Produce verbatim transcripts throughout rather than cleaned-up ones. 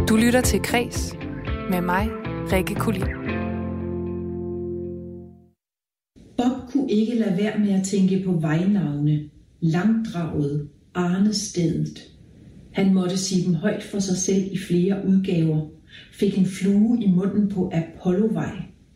Du lytter til Kres med mig, Rikke Kulin. Bob kunne ikke lade være med at tænke på vejnavne, Langdraget, Arnestedet. Han måtte sige dem højt for sig selv i flere udgaver. Fik en flue i munden på Apollovej.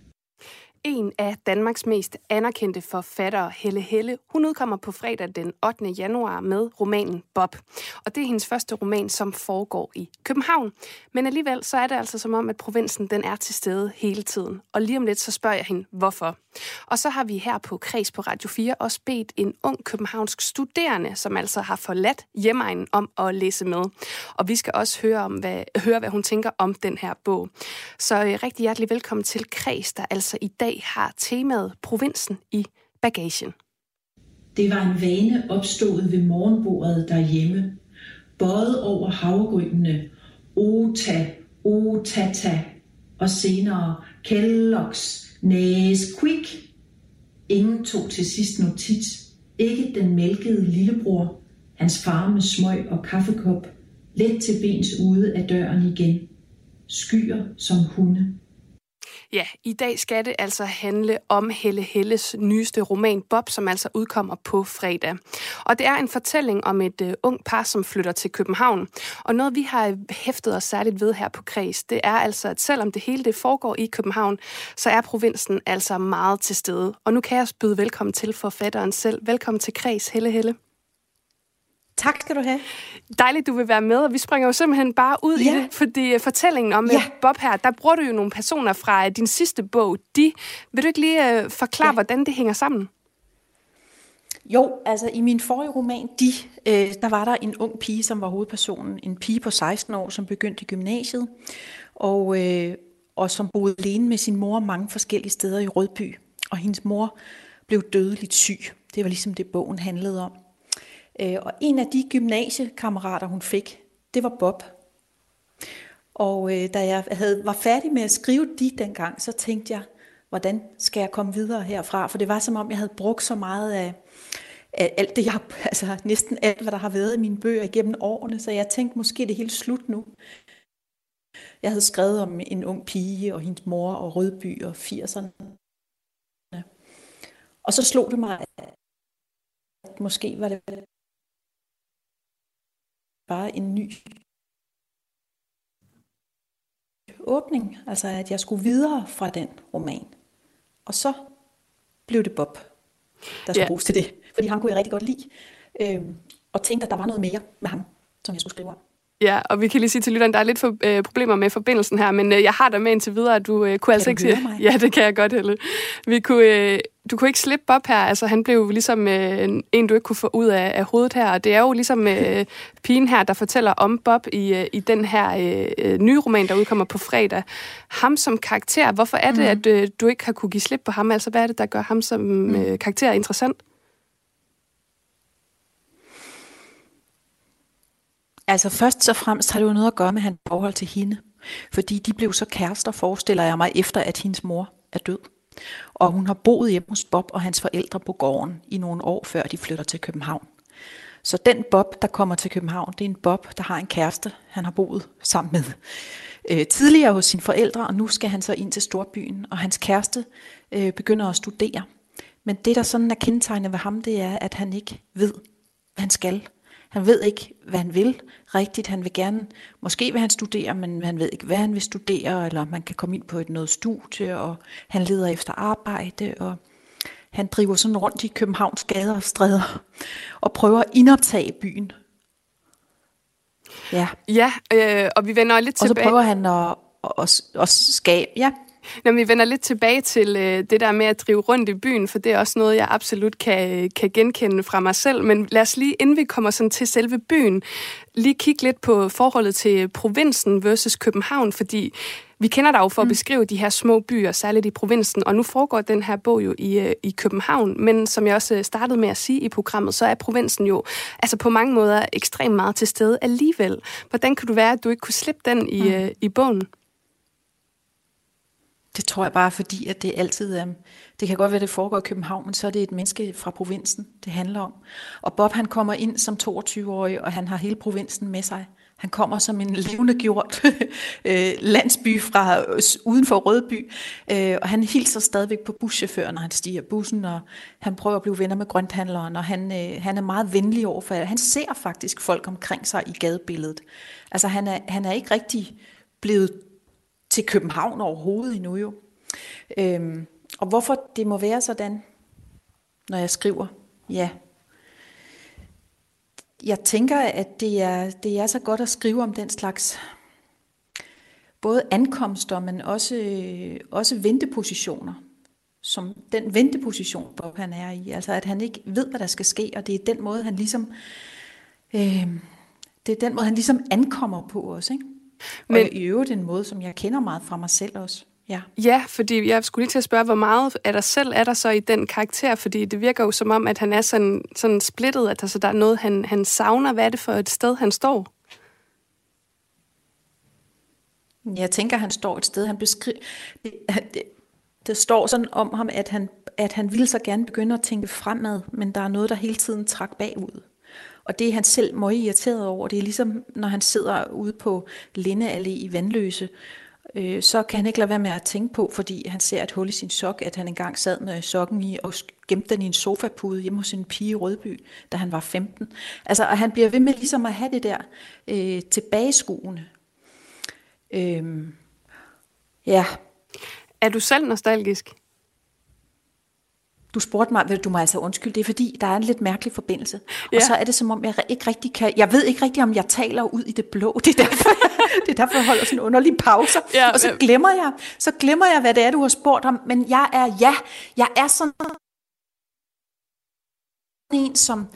En af Danmarks mest anerkendte forfattere, Helle Helle, hun udkommer på fredag den ottende januar med romanen Bob. Og det er hendes første roman, som foregår i København. Men alligevel så er det altså som om, at provinsen den er til stede hele tiden. Og lige om lidt så spørger jeg hende, hvorfor. Og så har vi her på Kres på Radio fire også bedt en ung københavnsk studerende, som altså har forladt hjemegnen, om at læse med. Og vi skal også høre, om, hvad, høre, hvad hun tænker om den her bog. Så øh, rigtig hjertelig velkommen til Kres, der altså i dag har temaet provinsen i bagagen. Det var en vane opstået ved morgenbordet derhjemme. Bøjet over havregrynene, Ota, Otata og senere Kellogg's, Nesquik. Ingen tog til sidst notits. Ikke den mælkede lillebror, hans far med smøg og kaffekop, let til bens ude af døren igen. Skyer som hunde. Ja, i dag skal det altså handle om Helle Helles nyeste roman Bob, som altså udkommer på fredag. Og det er en fortælling om et uh, ung par, som flytter til København. Og noget, vi har hæftet os særligt ved her på Kres, det er altså, at selvom det hele det foregår i København, så er provinsen altså meget til stede. Og nu kan jeg byde velkommen til forfatteren selv. Velkommen til Kres, Helle Helle. Tak skal du have. Dejligt, du vil være med, og vi springer jo simpelthen bare ud ja. i det, fordi fortællingen om ja. Bob her, der bruger du jo nogle personer fra din sidste bog, De. Vil du ikke lige uh, forklare, ja. hvordan det hænger sammen? Jo, altså i min forrige roman, De, øh, der var der en ung pige, som var hovedpersonen. En pige på seksten år, som begyndte i gymnasiet, og, øh, og som boede alene med sin mor mange forskellige steder i Rødby. Og hendes mor blev dødeligt syg. Det var ligesom det, bogen handlede om. Og en af de gymnasiekammerater, hun fik, det var Bob. Og øh, da jeg havde, var færdig med at skrive De dengang, så tænkte jeg, hvordan skal jeg komme videre herfra? For det var som om, jeg havde brugt så meget af, af alt det, jeg, altså næsten alt, hvad der har været i mine bøger igennem årene. Så jeg tænkte, måske det er helt slut nu. Jeg havde skrevet om en ung pige og hendes mor og Rødby og firserne. Og så slog det mig, at måske var det bare en ny åbning, altså at jeg skulle videre fra den roman. Og så blev det Bob, der skulle yeah. bruges til det, fordi ham kunne jeg rigtig godt lide, øhm, og tænkte, at der var noget mere med ham, som jeg skulle skrive om. Ja, og vi kan lige sige til lytteren, der er lidt for, øh, problemer med forbindelsen her, men øh, jeg har dig med indtil videre, at du øh, kunne kan altså du ikke sige... Mig? Ja, det kan jeg godt, Helle. Vi kunne, øh, du kunne ikke slippe Bob her, altså han blev ligesom øh, en, du ikke kunne få ud af, af hovedet her, og det er jo ligesom øh, pigen her, der fortæller om Bob i, øh, i den her øh, nye roman, der udkommer på fredag. Ham som karakter, hvorfor er det, mm. at øh, du ikke har kunne give slip på ham? Altså, hvad er det, der gør ham som mm. øh, karakter interessant? Altså først og fremmest har det jo noget at gøre med hans forhold til hende. Fordi de blev så kærester, forestiller jeg mig, efter at hendes mor er død. Og hun har boet hjemme hos Bob og hans forældre på gården i nogle år, før de flytter til København. Så den Bob, der kommer til København, det er en Bob, der har en kæreste, han har boet sammen med øh, tidligere hos sine forældre, og nu skal han så ind til storbyen, og hans kæreste øh, begynder at studere. Men det, der sådan er kendetegnet ved ham, det er, at han ikke ved, hvad han skal. Han ved ikke, hvad han vil rigtigt. Han vil gerne, måske vil han studere, men han ved ikke, hvad han vil studere, eller man kan komme ind på et noget studie, og han leder efter arbejde, og han driver sådan rundt i Københavns gader og stræder, og prøver at indoptage byen. Ja, ja øh, og vi vender lidt tilbage. Og så prøver han at, at, at skabe, ja. Når vi vender lidt tilbage til øh, det der med at drive rundt i byen, for det er også noget, jeg absolut kan, kan genkende fra mig selv. Men lad os lige, inden vi kommer sådan til selve byen, lige kigge lidt på forholdet til provinsen versus København, fordi vi kender dig jo for at beskrive de her små byer, særligt i provinsen, og nu foregår den her bog jo i, i København, men som jeg også startede med at sige i programmet, så er provinsen jo altså på mange måder ekstremt meget til stede alligevel. Hvordan kan du være, at du ikke kunne slippe den i, mm. i bogen? Det tror jeg bare, fordi at det altid er, det kan godt være, at det foregår i København, men så er det et menneske fra provinsen, det handler om. Og Bob, han kommer ind som toogtyve-årig, og han har hele provinsen med sig. Han kommer som en levende gjort landsby fra uden for Rødby, og han hilser stadigvæk på buschaufføren, når han stiger bussen, og han prøver at blive venner med grønthandleren, og han, han er meget venlig overfor. Han ser faktisk folk omkring sig i gadebilledet. Altså han er, han er ikke rigtig blevet til København overhovedet endnu jo. Øhm, og hvorfor det må være sådan, når jeg skriver, ja. Jeg tænker, at det er, det er så godt at skrive om den slags både ankomster, men også, også ventepositioner. Som den venteposition, Bob han er i. Altså at han ikke ved, hvad der skal ske, og det er den måde, han ligesom, øh, det er den måde, han ligesom ankommer på os, ikke? Men, og i øvrigt en måde, som jeg kender meget fra mig selv også. Ja. ja, fordi jeg skulle lige til at spørge, hvor meget af dig selv er der så i den karakter? Fordi det virker jo som om, at han er sådan, sådan splittet, at altså, der er noget, han, han savner. Hvad er det for et sted, han står? Jeg tænker, han står et sted, han beskriver... Det, det, det står sådan om ham, at han, at han ville så gerne begynde at tænke fremad, men der er noget, der hele tiden trak bagud. Og det er han selv meget irriteret over. Det er ligesom, når han sidder ude på Linde Allé i Vandløse, øh, så kan han ikke lade være med at tænke på, fordi han ser et hul i sin sok, at han engang sad med sokken i og gemte den i en sofapude hjemme hos en pige i Rødby, da han var femten. Altså, og han bliver ved med ligesom at have det der øh, tilbageskuende. Øh, ja. Er du selv nostalgisk? Du spurgte mig, du må altså undskylde, det er fordi, der er en lidt mærkelig forbindelse. Ja. Og så er det som om, jeg ikke rigtig kan, jeg ved ikke rigtig, om jeg taler ud i det blå. Det er derfor, det er derfor jeg holder sådan underlige pauser. Ja, og så glemmer jeg, så glemmer jeg, hvad det er, du har spurgt om. Men jeg er, ja, jeg er sådan en, som...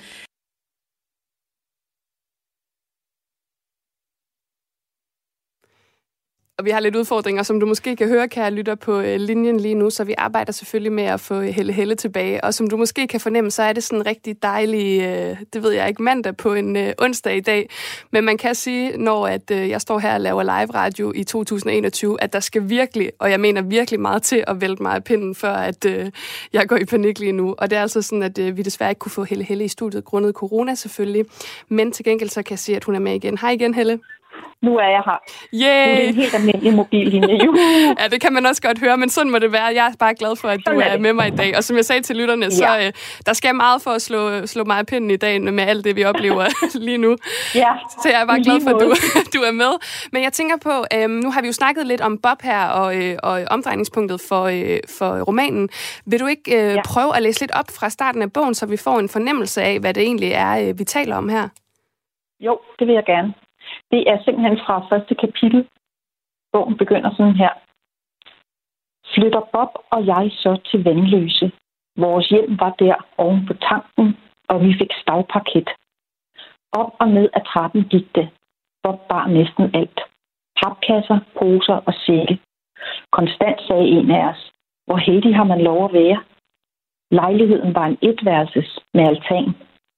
Og vi har lidt udfordringer, som du måske kan høre, kære lytter, på linjen lige nu, så vi arbejder selvfølgelig med at få Helle Helle tilbage. Og som du måske kan fornemme, så er det sådan en rigtig dejlig, det ved jeg ikke, mandag på en onsdag i dag. Men man kan sige, når at jeg står her og laver live radio i to tusind og enogtyve, at der skal virkelig, og jeg mener virkelig meget til at vælte mig af pinden, før at jeg går i panik lige nu. Og det er altså sådan, at vi desværre ikke kunne få Helle Helle i studiet, grundet corona selvfølgelig. Men til gengæld så kan jeg sige, at hun er med igen. Hej igen, Helle. Nu er jeg her. Yay! Det er en helt almindelig mobillinje. Ja, det kan man også godt høre, men sådan må det være. Jeg er bare glad for, at du er, er med mig i dag. Og som jeg sagde til lytterne, ja. så øh, der skal meget for at slå, slå mig af pinden i dag med alt det, vi oplever lige nu. Ja, så jeg er bare glad for, at du, du er med. Men jeg tænker på, øh, nu har vi jo snakket lidt om Bob her, og, øh, og omdrejningspunktet for, øh, for romanen. Vil du ikke øh, ja. prøve at læse lidt op fra starten af bogen, så vi får en fornemmelse af, hvad det egentlig er, øh, vi taler om her? Jo, det vil jeg gerne. Det er simpelthen fra første kapitel. Bogen begynder sådan her. Flytter Bob og jeg så til Vandløse. Vores hjem var der oven på tanken, og vi fik stavparket. Op og ned ad trappen gik det. Bob bar næsten alt. Papkasser, poser og sække. Konstant sagde en af os, hvor heldig har man lov at være. Lejligheden var en etværelses med altan.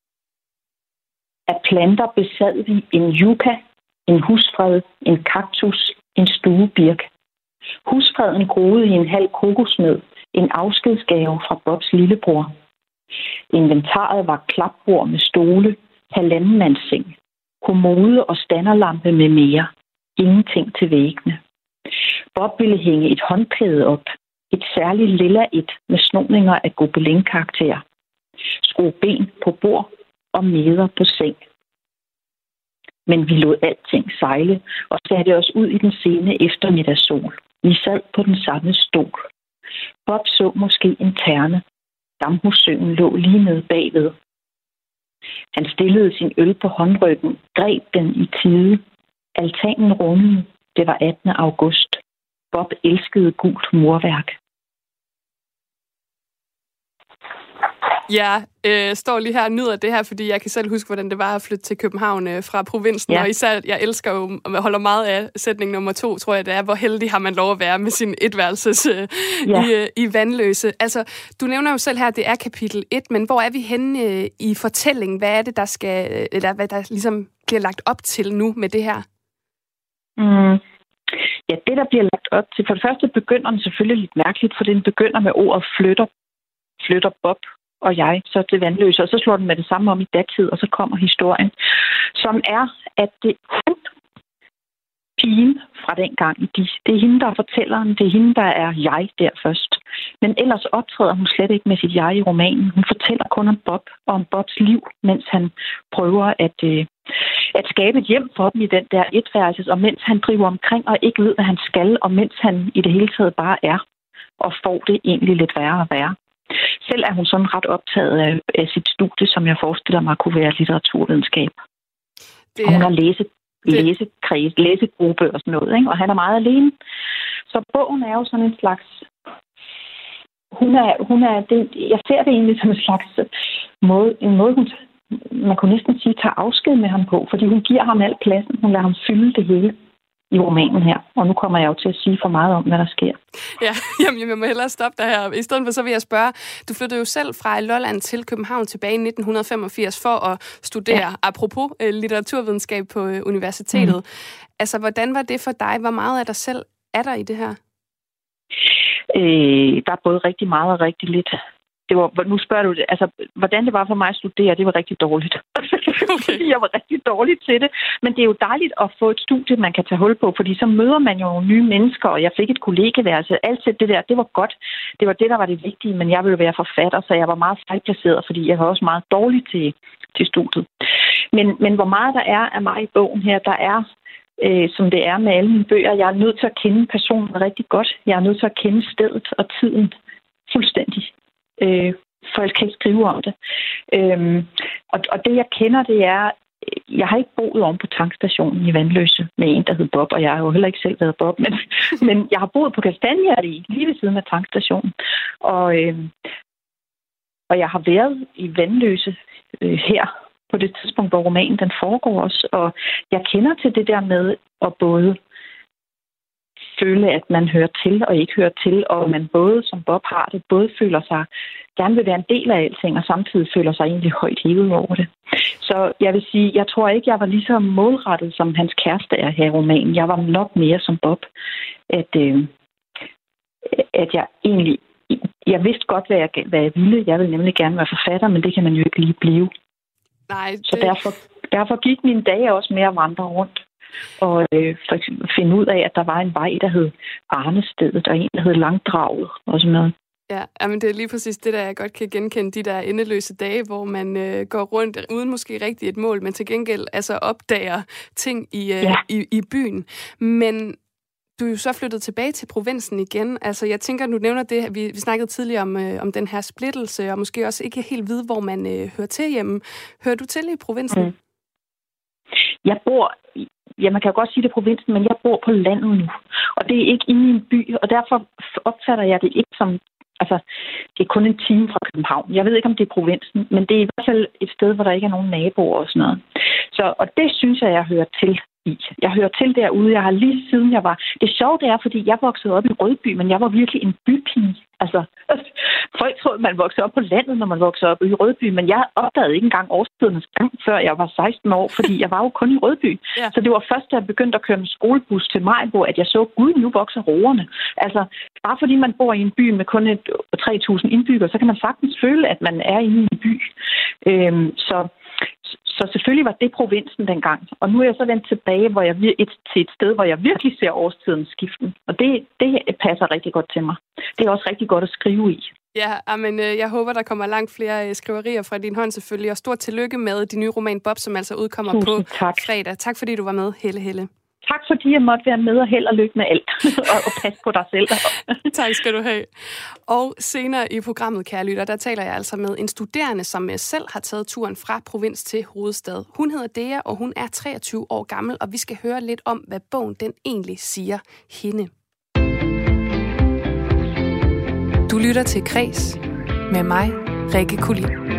Af planter besad vi en yucca, en husfred, en kaktus, en stuebirk. Husfreden groede i en halv kokosnød, en afskedsgave fra Bobs lillebror. Inventaret var klapbord med stole, halvandenmandsseng, kommode og standerlampe med mere. Ingenting til væggene. Bob ville hænge et håndklæde op, et særligt lilla et med snoninger af gobelinkarakter. Skrue ben på bord og meder på seng. Men vi lod alting sejle og satte os ud i den sene eftermiddagssol. Vi sad på den samme stol. Bob så måske en terne. Damhussøen lå lige nede bagved. Han stillede sin øl på håndryggen, greb den i tide. Altanen rummede. Det var attende august. Bob elskede gult murværk. Jeg øh, står lige her og nyder det her, fordi jeg kan selv huske, hvordan det var at flytte til København øh, fra provinsen. Ja. Og især, jeg elsker jo, og holder meget af sætning nummer to, tror jeg det er, hvor heldig har man lov at være med sin etværelses øh, ja. i, øh, i Vandløse. Altså, du nævner jo selv her, at det er kapitel et, men hvor er vi henne øh, i fortællingen? Hvad er det, der skal, eller hvad der ligesom bliver lagt op til nu med det her? Mm. Ja, det, der bliver lagt op til, for det første begynder den selvfølgelig lidt mærkeligt, for den begynder med ordet flytter, flytter Bob og jeg så til Vandløse, og så slår den med det samme om i datid, og så kommer historien, som er, at det, hun pigen fra den gang. Det er hende, der er fortælleren. Det er hende, der er jeg der først. Men ellers optræder hun slet ikke med sit jeg i romanen. Hun fortæller kun om Bob og om Bobs liv, mens han prøver at, øh, at skabe et hjem for dem i den der etværelses, og mens han driver omkring og ikke ved, hvad han skal, og mens han i det hele taget bare er, og får det egentlig lidt værre og værre. Selv er hun sådan ret optaget af, af sit studie, som jeg forestiller mig kunne være litteraturvidenskab. Det er... Hun har læset læsekreds, læsegruppe og sådan noget, ikke? Og han er meget alene. Så bogen er jo sådan en slags... Hun er, hun er det, jeg ser det egentlig som en slags måde, en måde, hun, man kunne næsten sige, tager afsked med ham på, fordi hun giver ham al pladsen, hun lader ham fylde det hele i romanen her. Og nu kommer jeg jo til at sige for meget om, hvad der sker. Ja, jamen, jeg må hellere stoppe dig her. I stedet for, så vil jeg spørge, du flyttede jo selv fra Lolland til København tilbage i nitten femogfirs for at studere, ja. apropos litteraturvidenskab på universitetet. Mm. Altså, hvordan var det for dig? Hvor meget af dig selv er der i det her? Øh, der er både rigtig meget og rigtig lidt. Det var, nu spørger du det, altså, hvordan det var for mig at studere, det var rigtig dårligt. Okay. Jeg var rigtig dårlig til det. Men det er jo dejligt at få et studie, man kan tage hul på, fordi så møder man jo nogle nye mennesker, og jeg fik et kollegeværelse. Alt det der, det var godt. Det var det, der var det vigtige, men jeg ville være forfatter, så jeg var meget fejlplaceret, fordi jeg var også meget dårlig til, til studiet. Men, men hvor meget der er af mig i bogen her, der er, øh, som det er med alle mine bøger, jeg er nødt til at kende personen rigtig godt. Jeg er nødt til at kende stedet og tiden fuldstændig. Øh, for jeg kan ikke skrive om det. Øhm, og, og det, jeg kender, det er, jeg har ikke boet om på tankstationen i Vanløse med en, der hed Bob, og jeg har jo heller ikke selv været Bob, men, men jeg har boet på Kastanjeallé lige ved siden af tankstationen. Og, øh, og jeg har været i Vanløse øh, her på det tidspunkt, hvor romanen den foregår også, og jeg kender til det der med at både føle, at man hører til og ikke hører til, og man både, som Bob har det, både føler sig, gerne vil være en del af alting, og samtidig føler sig egentlig højt hævet over det. Så jeg vil sige, jeg tror ikke, jeg var lige så målrettet, som hans kæreste er her i romanen. Jeg var nok mere som Bob, at, øh, at jeg egentlig, jeg vidste godt, hvad jeg, hvad jeg ville. Jeg ville nemlig gerne være forfatter, men det kan man jo ikke lige blive. Nej, det... Så derfor, derfor gik mine dage også mere at vandre rundt. Og øh, for eksempel finde ud af, at der var en vej, der hed Arnestedet, og en, der hed Langdraget, og sådan noget. Ja, men det er lige præcis det, der jeg godt kan genkende, de der endeløse dage, hvor man øh, går rundt uden måske rigtig et mål, men til gengæld altså opdager ting i, øh, ja. i, i byen. Men du er jo så flyttet tilbage til provinsen igen. Altså, jeg tænker, du nævner det, vi, vi snakkede tidligere om, øh, om den her splittelse, og måske også ikke helt vide, hvor man øh, hører til hjemme. Hører du til i provinsen? Mm. Jeg bor, ja, man kan jo godt sige det provinsen, men jeg bor på landet nu. Og det er ikke inde i en by, og derfor opfatter jeg det ikke som, altså, det er kun en time fra København. Jeg ved ikke, om det er provinsen, men det er i hvert fald et sted, hvor der ikke er nogen naboer og sådan noget. Så, og det synes jeg, jeg hører til i. Jeg hører til derude. Jeg har lige siden jeg var... Det sjove det er, fordi jeg voksede op i Rødby, men jeg var virkelig en bypige. Altså, folk tror, at man voksede op på landet, når man voksede op i Rødby, men jeg opdagede ikke engang årstidernes gang, før jeg var seksten år, fordi jeg var jo kun i Rødby. Ja. Så det var først, da jeg begyndte at køre med skolebus til Majbo, at jeg så, gud, nu vokser roerne. Altså, bare fordi man bor i en by med kun et, tre tusind indbyggere, så kan man sagtens føle, at man er inde i en by. Øhm, så Så selvfølgelig var det provinsen dengang. Og nu er jeg så vendt tilbage hvor jeg, et, til et sted, hvor jeg virkelig ser årstidens skiften. Og det, det passer rigtig godt til mig. Det er også rigtig godt at skrive i. Ja, men jeg håber, der kommer langt flere skriverier fra din hånd selvfølgelig. Og stort tillykke med din nye roman Bob, som altså udkommer Tusind på tak. fredag. Tak fordi du var med, Helle Helle. Tak fordi jeg måtte være med, og held og lykke med alt. og, og pas på dig selv. Tak skal du have. Og senere i programmet, kære lytter, der taler jeg altså med en studerende, som selv har taget turen fra provins til hovedstad. Hun hedder Dea, og hun er treogtyve år gammel, og vi skal høre lidt om, hvad bogen den egentlig siger hende. Du lytter til Kres med mig, Rikke Kulin.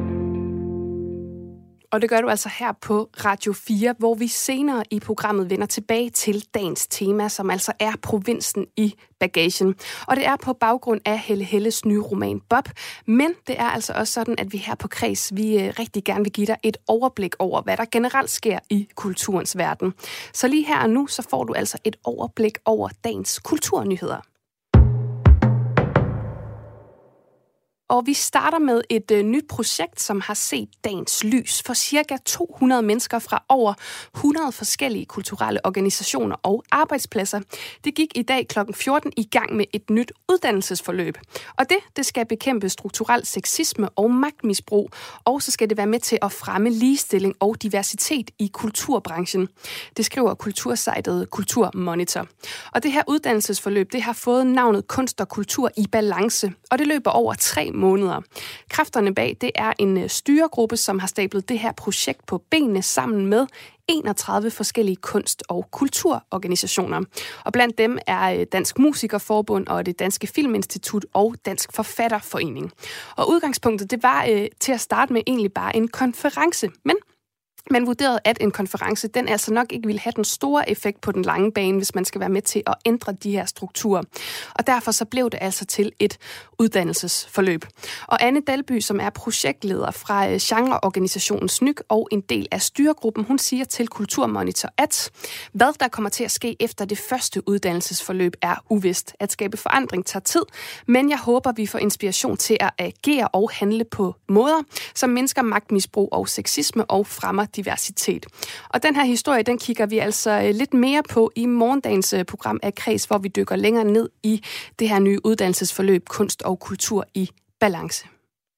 Og det gør du altså her på Radio fire, hvor vi senere i programmet vender tilbage til dagens tema, som altså er provinsen i bagagen. Og det er på baggrund af Helle Helles nye roman Bob. Men det er altså også sådan, at vi her på Kreds, vi rigtig gerne vil give dig et overblik over, hvad der generelt sker i kulturens verden. Så lige her og nu, så får du altså et overblik over dagens kulturnyheder. Og vi starter med et øh, nyt projekt, som har set dagens lys for cirka to hundrede mennesker fra over hundrede forskellige kulturelle organisationer og arbejdspladser. Det gik i dag klokken fjorten i gang med et nyt uddannelsesforløb. Og det, det skal bekæmpe strukturel sexisme og magtmisbrug, og så skal det være med til at fremme ligestilling og diversitet i kulturbranchen. Det skriver kultursejtet Kulturmonitor. Og det her uddannelsesforløb, det har fået navnet Kunst og Kultur i Balance, og det løber over tre måneder. Kræfterne bag, det er en styregruppe, som har stablet det her projekt på benene sammen med enogtredive forskellige kunst- og kulturorganisationer. Og blandt dem er Dansk Musikerforbund og det Danske Filminstitut og Dansk Forfatterforening. Og udgangspunktet, det var øh, til at starte med egentlig bare en konference, men man vurderede, at en konference, den altså nok ikke ville have den store effekt på den lange bane, hvis man skal være med til at ændre de her strukturer. Og derfor så blev det altså til et uddannelsesforløb. Og Anne Dalby, som er projektleder fra genreorganisationen S N Y K og en del af styregruppen, hun siger til Kulturmonitor, at hvad der kommer til at ske efter det første uddannelsesforløb er uvist. At skabe forandring tager tid, men jeg håber, vi får inspiration til at agere og handle på måder, som mindsker magtmisbrug og sexisme og fremmer diversitet. Og den her historie, den kigger vi altså lidt mere på i morgendagens program af Kreds, hvor vi dykker længere ned i det her nye uddannelsesforløb Kunst og Kultur i Balance.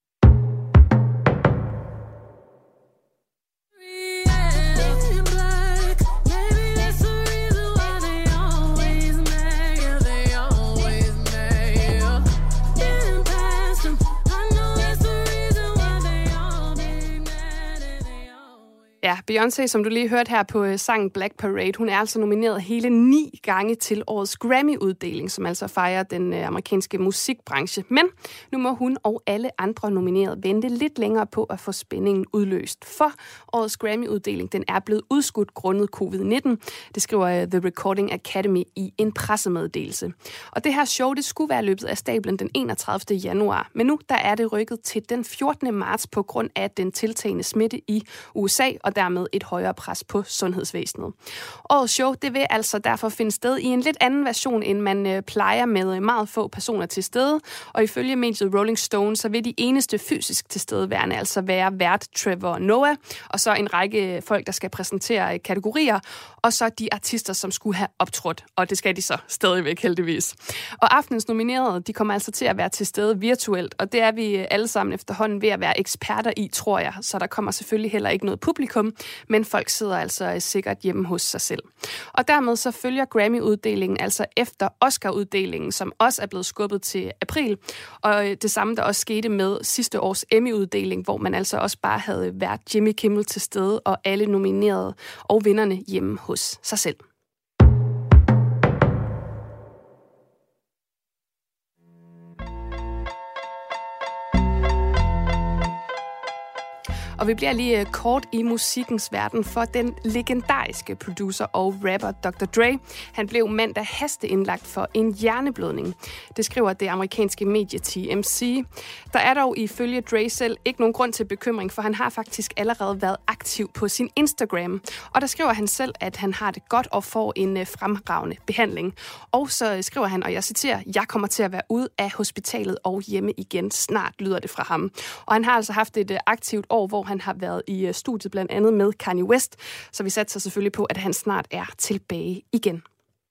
Ja, Beyoncé, som du lige hørte her på sangen Black Parade, hun er altså nomineret hele ni gange til årets Grammy-uddeling, som altså fejrer den amerikanske musikbranche. Men nu må hun og alle andre nominerede vente lidt længere på at få spændingen udløst. For årets Grammy-uddeling, den er blevet udskudt grundet covid nitten. Det skriver The Recording Academy i en pressemeddelelse. Og det her show, det skulle være løbet af stablen den enogtredivte januar. Men nu der er det rykket til den fjortende marts på grund af den tiltagende smitte i U S A, og dermed et højere pres på sundhedsvæsenet. Årets show, det vil altså derfor finde sted i en lidt anden version, end man øh, plejer med meget få personer til stede, og ifølge mediet Rolling Stone, så vil de eneste fysisk tilstedeværende altså være vært Trevor Noah, og så en række folk, der skal præsentere kategorier, og så de artister, som skulle have optrådt, og det skal de så stadigvæk heldigvis. Og aftenens nominerede, de kommer altså til at være til stede virtuelt, og det er vi alle sammen efterhånden ved at være eksperter i, tror jeg, så der kommer selvfølgelig heller ikke noget publikum, men folk sidder altså sikkert hjemme hos sig selv. Og dermed så følger Grammy-uddelingen altså efter Oscar-uddelingen, som også er blevet skubbet til april, og det samme der også skete med sidste års Emmy-uddeling, hvor man altså også bare havde været Jimmy Kimmel til stede, og alle nominerede og vinderne hjemme hos sig selv. Og vi bliver lige kort i musikkens verden, for den legendariske producer og rapper doktor Dre, han blev mandag hasteindlagt for en hjerneblødning. Det skriver det amerikanske medie T M C. Der er dog ifølge Dre selv ikke nogen grund til bekymring, for han har faktisk allerede været aktiv på sin Instagram. Og der skriver han selv, at han har det godt og får en fremragende behandling. Og så skriver han, og jeg citerer, jeg kommer til at være ude af hospitalet og hjemme igen snart, lyder det fra ham. Og han har altså haft et aktivt år, hvor han har været i studiet blandt andet med Kanye West, så vi satser selvfølgelig på, at han snart er tilbage igen.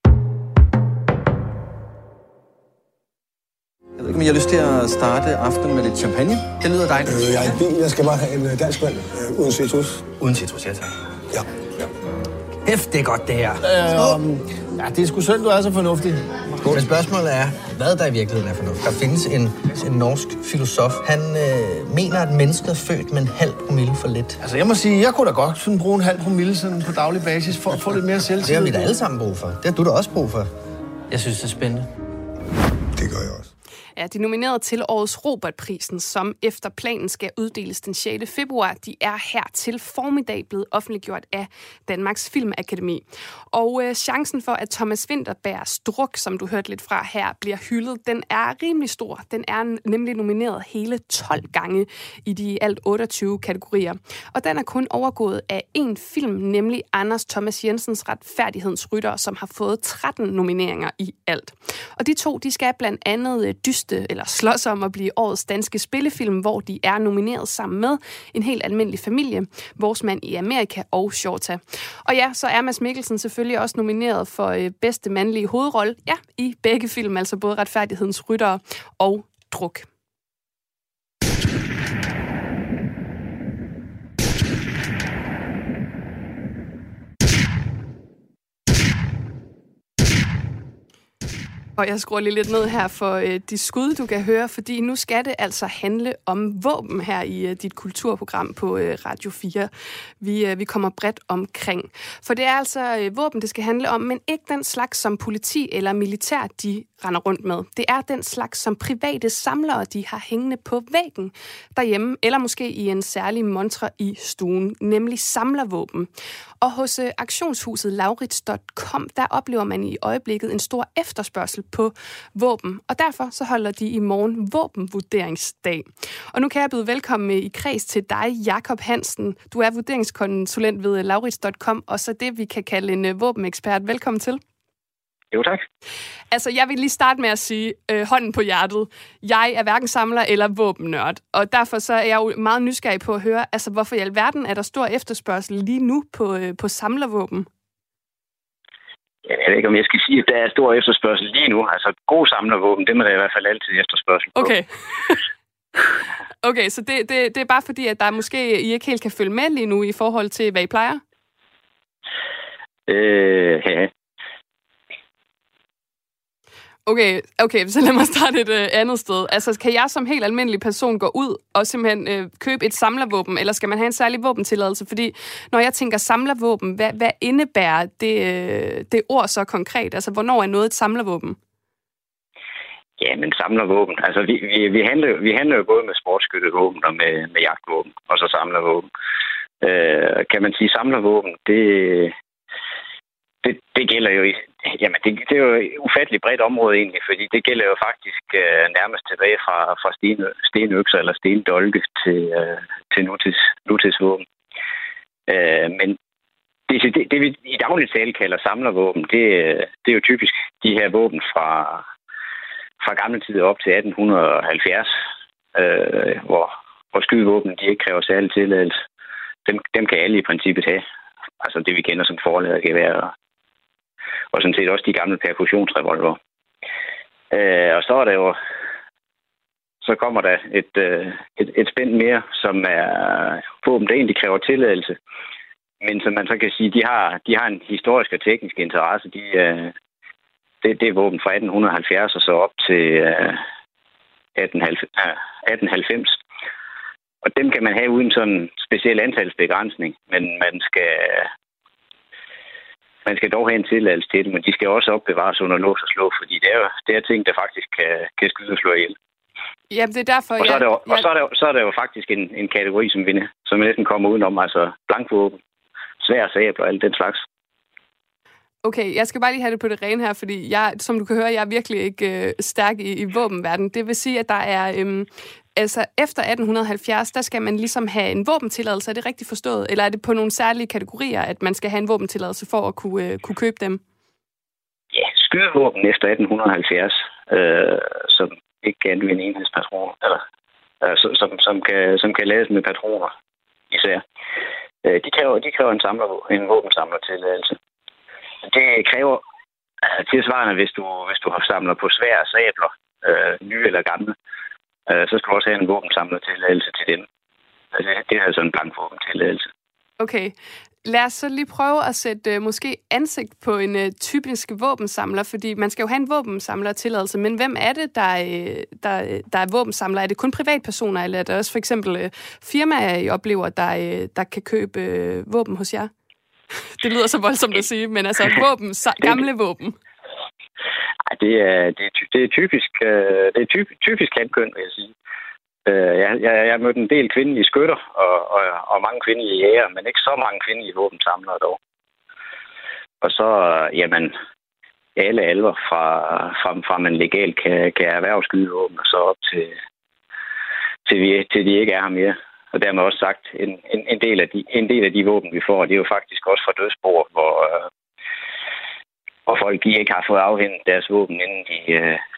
Jeg ved ikke, om jeg har lyst til at starte aftenen med lidt champagne. Det lyder dejligt. Øh, jeg er i bil. Jeg skal bare have en dansk vand øh, uden citrus. Uden citrus, ja tak. Ja. ja. Hæft, det er godt, det her. Øh, ja, det er sgu synd, du er så fornuftig. Men spørgsmålet er, hvad der i virkeligheden er fornuftigt. Der findes en, en norsk filosof. Han øh, mener, at mennesket er født med en halv promille for lidt. Altså, jeg må sige, jeg kunne da godt sådan bruge en halv promille sådan på daglig basis for at få lidt mere selvtillid. Det har vi da alle sammen brug for. Det har du da også brug for. Jeg synes, det er spændende. Det gør jeg også. Ja, de nominerede til årets Robertprisen, som efter planen skal uddeles den sjette februar, de er her til formiddag blevet offentliggjort af Danmarks Filmakademi. Og øh, chancen for, at Thomas Vinterbergs Druk, som du hørte lidt fra her, bliver hyldet, den er rimelig stor. Den er nemlig nomineret hele tolv gange i de alt otteogtyve kategorier. Og den er kun overgået af én film, nemlig Anders Thomas Jensens Retfærdighedens Rytter, som har fået tretten nomineringer i alt. Og de to, de skal blandt andet dyst dyste eller slås om at blive årets danske spillefilm, hvor de er nomineret sammen med En helt almindelig familie, Vores mand i Amerika og Shorta. Og ja, så er Mads Mikkelsen selvfølgelig også nomineret for øh, bedste mandlige hovedrolle, ja, i begge film, altså både Retfærdighedens ryttere og Druk. Og jeg skruer lige lidt ned her for øh, de skud, du kan høre, fordi nu skal det altså handle om våben her i øh, dit kulturprogram på øh, Radio fire. Vi, øh, vi kommer bredt omkring. For det er altså øh, våben, det skal handle om, men ikke den slags, som politi eller militær, de render rundt med. Det er den slags, som private samlere, de har hængende på væggen derhjemme, eller måske i en særlig montre i stuen, nemlig samlervåben. Og hos øh, auktionshuset Laurits punktum com, der oplever man i øjeblikket en stor efterspørgsel på våben, og derfor så holder de i morgen våbenvurderingsdag. Og nu kan jeg byde velkommen i kreds til dig, Jakob Hansen. Du er vurderingskonsulent ved Laurits punktum com, og så det, vi kan kalde en uh, våbenekspert. Velkommen til. Jo, tak. Altså, jeg vil lige starte med at sige øh, hånden på hjertet. Jeg er hverken samler eller våbennørd, og derfor så er jeg jo meget nysgerrig på at høre, altså, hvorfor i alverden er der stor efterspørgsel lige nu på, øh, på samlervåben? Jeg ved ikke, om jeg skal sige, at der er stor efterspørgsel lige nu. Altså, gode samlervåben, dem er der i hvert fald altid efterspørgsel på. Okay. Okay, så det, det, det er bare fordi, at der måske I ikke helt kan følge med lige nu i forhold til, hvad I plejer? Øh, ja. Okay, okay, så lad mig starte et øh, andet sted. Altså, kan jeg som helt almindelig person gå ud og simpelthen øh, købe et samlervåben, eller skal man have en særlig våbentilladelse? Fordi når jeg tænker samlervåben, hvad, hvad indebærer det, øh, det ord så konkret? Altså, hvornår er noget et samlervåben? Ja, men samlervåben, altså vi, vi, vi, handler, vi handler jo både med sportsskyttevåben og med, med jagtvåben, og så samlervåben. Øh, kan man sige samlervåben, det... Det, det gælder jo, jamen det, det er jo et ufatteligt bredt område egentlig, fordi det gælder jo faktisk uh, nærmest tilbage fra, fra sten, stenøkser eller stendolke til, uh, til nutids, nutidsvåben. Uh, men det, det, det, vi i dagligt tale kalder samlervåben, det, det er jo typisk de her våben fra, fra gamle tider op til atten halvfjerds, uh, hvor, hvor skydevåben de ikke kræver særlig tilladelse. Dem, dem kan alle i princippet have. Altså det, vi kender som forladergevær, og, og sådan set også de gamle perkussionsrevolver. Øh, og så er der jo, så kommer der et, et, et spænd mere, som er våben, der egentlig kræver tilladelse. Men som man så kan sige, de har, de har en historisk og teknisk interesse. De, det, det er våben fra atten halvfjerds og så op til atten halvfems. Og dem kan man have uden sådan en speciel antalsbegrænsning, men man skal, man skal dog have en tilladelse til dem, men de skal også opbevares under lås og slå, fordi det er jo det er ting, der faktisk kan, kan skyde og slå ihjel. Jamen, det er derfor, og så er der, jeg, og så er der, så er der jo faktisk en, en kategori, som vi som næsten kommer udenom, altså blankvåben, svær sabler og alt den slags. Okay, jeg skal bare lige have det på det rene her, fordi jeg, som du kan høre, jeg er virkelig ikke øh, stærk i, i våbenverdenen. Det vil sige, at der er... Øh, Altså, efter atten halvfjerds, der skal man ligesom have en våbentilladelse. Er det rigtigt forstået? Eller er det på nogle særlige kategorier, at man skal have en våbentilladelse for at kunne, uh, kunne købe dem? Ja, skydevåben efter atten halvfjerds, øh, som ikke kan anvende enhedspatroner, eller øh, som, som, kan, som kan lades med patroner især. Øh, de kræver, de kræver en, samler, en våbensamlertilladelse. Det kræver øh, tilsvarende, hvis du, hvis du har samler på svære sabler, øh, nye eller gamle, så skal du også have en våbensamlertilladelse til dem. Altså, det er altså en blank våbentilladelse. Okay. Lad os så lige prøve at sætte uh, måske ansigt på en uh, typisk våbensamler, fordi man skal jo have en våbensamlertilladelse, men hvem er det, der, uh, der, der er våbensamler? Er det kun privatpersoner, eller er det også for eksempel uh, firmaer, I oplever, der, uh, der kan købe uh, våben hos jer? Det lyder så voldsomt at sige, men altså våben, gamle våben. Ej, det er, det er, det er typisk, det er typisk, typisk landkøn, vil jeg sige. Jeg, jeg, jeg har mødt en del kvindelige skytter og, og, og mange kvindelige jæger, men ikke så mange kvindelige våbensamlere dog. Og så, jamen, alle alver fra, fra, fra man legalt kan, kan erhverve skydevåben, og så op til, til, vi, til de ikke er her mere. Og dermed også sagt, en, en, en, del af de, en del af de våben, vi får, det er jo faktisk også fra dødsbord, hvor... og folk de ikke har fået afhentet deres våben, inden de, øh,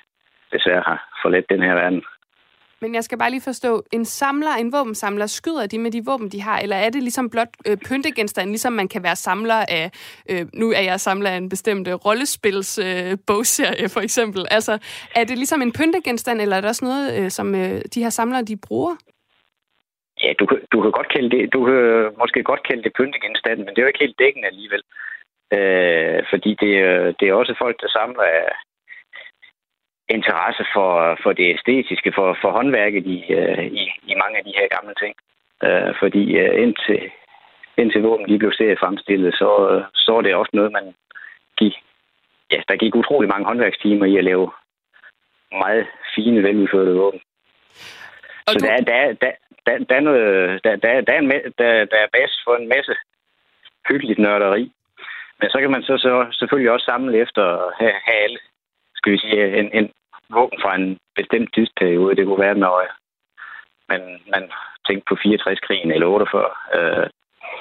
desværre har forladt den her verden. Men jeg skal bare lige forstå, en samler, en våbensamler, skyder de med de våben, de har, eller er det ligesom blot øh, pyntegenstand, ligesom man kan være samler af, øh, nu er jeg samler af en bestemt øh, rollespils øh, bogserie for eksempel. Altså, er det ligesom en pyntegenstand, eller er det også noget, øh, som øh, de her samlere, de bruger? Ja, du, du kan godt kalde det, du kan måske godt kalde det pyntegenstand, men det er jo ikke helt dækkende alligevel. Øh, fordi det, det er også folk, der samler af interesse for, for det æstetiske, for, for håndværket i, i, i mange af de her gamle ting. Uh, fordi uh, indtil, indtil våben de blev seriefremstillet, så, så er det også noget, man gik... Ja, der gik utrolig mange håndværkstimer i at lave meget fine, veludførte våben. Og så du... der, der, der, der, der, er noget, der, der, der, er en, der, der er bas for en masse hyggeligt nørderi. Men så kan man så, så selvfølgelig også samle efter at have, have alle, skal vi sige, en, en våben fra en bestemt tidsperiode. Det kunne være, når man, man tænkte på fireogtres-krigen eller otteogfyrre. Øh,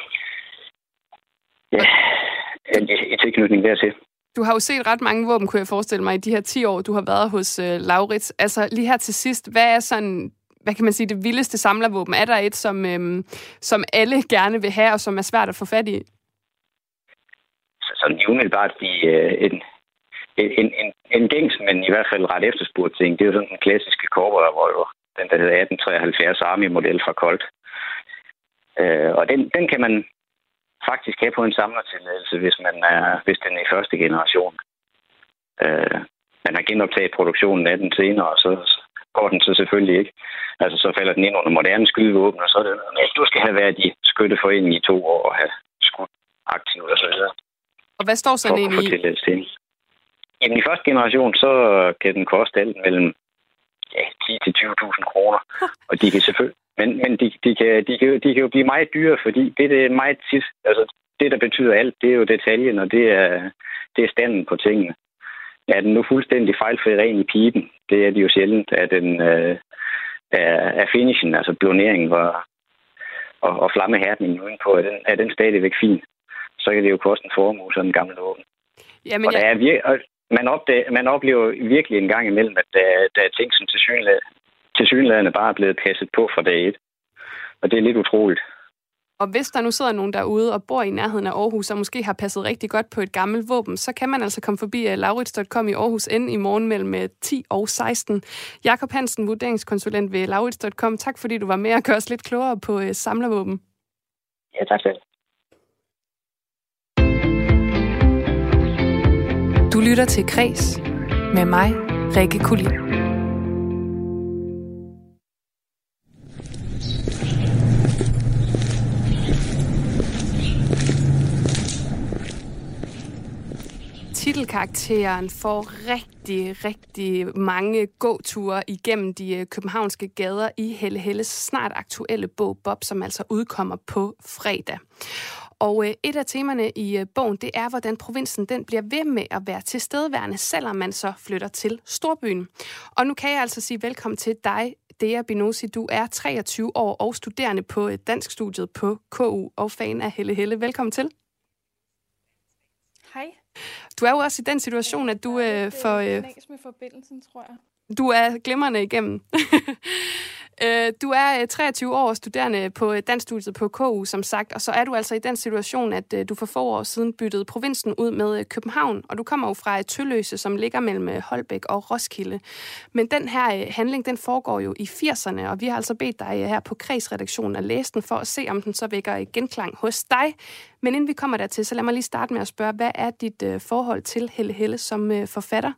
ja, i, i tilknytning dertil. Du har jo set ret mange våben, kunne jeg forestille mig, i de her ti år, du har været hos øh, Laurits. Altså lige her til sidst, hvad er sådan, hvad kan man sige, det vildeste samlervåben? Er der et, som, øh, som alle gerne vil have, og som er svært at få fat i? Så, sådan umiddelbart de, øh, en En, en, en gængs, men i hvert fald ret efterspurgt ting, det er jo sådan den klassiske Cobra-revolver. Den, der hedder atten treoghalvfjerds Army-model fra Colt. Øh, og den, den kan man faktisk have på en samlertilladelse, hvis, man er, hvis den er i første generation. Øh, man har genoptaget produktionen af den senere, og så går den så selvfølgelig ikke. Altså så falder den ind under moderne skydevåben, og så er det, at du skal have været i skytteforening i to år og have skudt aktivt og så videre. Og hvad står sådan en i? Jamen i første generation, så kan den koste alt mellem ja, ti til tyve tusind kroner. Og de kan selvfølgelig, men, men de, de, kan, de, kan, de kan jo blive meget dyre, fordi det, det er meget tit, altså det, der betyder alt, det er jo detaljen, og det er, det er standen på tingene. Er den nu fuldstændig fejlfri ren i piben? Det er det jo sjældent. Er den øh, er, er finishen, altså bloneringen var, og, og flammehærdningen udenpå, er den, er den stadigvæk fin? Så kan det jo koste en formue, sådan en gammel våben. Jamen, og der jeg... er vir- Man, opdager, man oplever virkelig en gang imellem, at der, der er ting, som tilsyneladende bare er blevet passet på fra dag et. Og det er lidt utroligt. Og hvis der nu sidder nogen derude og bor i nærheden af Aarhus, og måske har passet rigtig godt på et gammelt våben, så kan man altså komme forbi laurits punktum com i Aarhus N i morgen mellem ti og seksten. Jakob Hansen, vurderingskonsulent ved laurits punktum com. Tak fordi du var med og gør os lidt klogere på samlervåben. Ja, tak selv. Du lytter til Kres med mig, Rikke Kulin. Titelkarakteren får rigtig, rigtig mange gåture igennem de københavnske gader i Helle Helles snart aktuelle bog Bob, som altså udkommer på fredag. Og øh, et af temerne i øh, bogen, det er, hvordan provinsen den bliver ved med at være tilstedeværende, selvom man så flytter til storbyen. Og nu kan jeg altså sige velkommen til dig, Dea Binosi. Du er treogtyve år og studerende på øh, danskstudiet på K U og fan af Helle Helle. Velkommen til. Hej. Du er jo også i den situation, at du øh, får... Øh, med forbindelsen, tror jeg. Du er glimrende igennem. Du er treogtyve år og studerende på danskstudiet på K U, som sagt, og så er du altså i den situation, at du for få år siden byttede provinsen ud med København, og du kommer jo fra Tølløse, som ligger mellem Holbæk og Roskilde. Men den her handling, den foregår jo i firserne, og vi har altså bedt dig her på Kres-redaktionen at læse den for at se, om den så vækker genklang hos dig. Men inden vi kommer dertil, så lad mig lige starte med at spørge, hvad er dit forhold til Helle Helle som forfatter?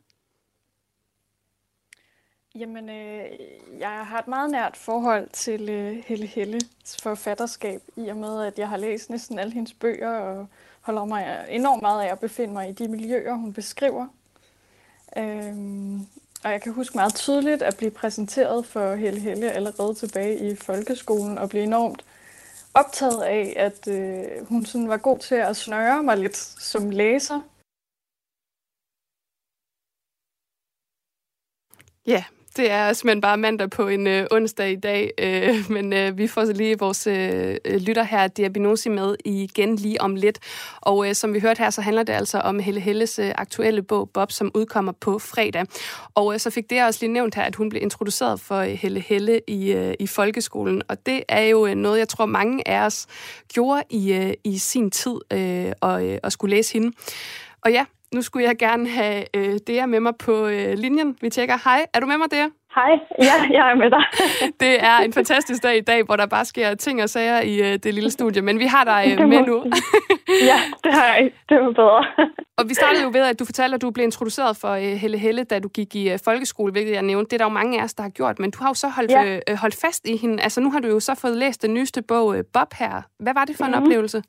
Jamen, øh, jeg har et meget nært forhold til øh, Helle Helles forfatterskab, i og med, at jeg har læst næsten alle hendes bøger, og holder mig enormt meget af at befinde mig i de miljøer, hun beskriver. Øhm, og jeg kan huske meget tydeligt at blive præsenteret for Helle Helle allerede tilbage i folkeskolen, og blive enormt optaget af, at øh, hun sådan var god til at snøre mig lidt som læser. Ja, Det er simpelthen bare mandag på en øh, onsdag i dag, øh, men øh, vi får så lige vores øh, lytter her, Diabinosi, med igen lige om lidt. Og øh, som vi hørte her, så handler det altså om Helle Helles øh, aktuelle bog, Bob, som udkommer på fredag. Og øh, så fik det også lige nævnt her, at hun blev introduceret for øh, Helle Helle i, øh, i folkeskolen. Og det er jo øh, noget, jeg tror mange af os gjorde i, øh, i sin tid øh, og, øh, og skulle læse hende. Og ja, nu skulle jeg gerne have øh, Dea med mig på øh, linjen. Vi tjekker. Hej, er du med mig, Dea? Hej, ja, jeg er med dig. Det er en fantastisk dag i dag, hvor der bare sker ting og sager i øh, det lille studie, men vi har dig øh, med nu. Ja, det har jeg. Det var bedre. Og vi startede jo ved, at du fortalte, at du blev introduceret for øh, Helle Helle, da du gik i øh, folkeskole, hvilket jeg nævnte. Det er der jo mange af os, der har gjort, men du har jo så holdt, ja. øh, holdt fast i hende. Altså, nu har du jo så fået læst den nyeste bog, øh, Bob her. Hvad var det for en mm-hmm. oplevelse?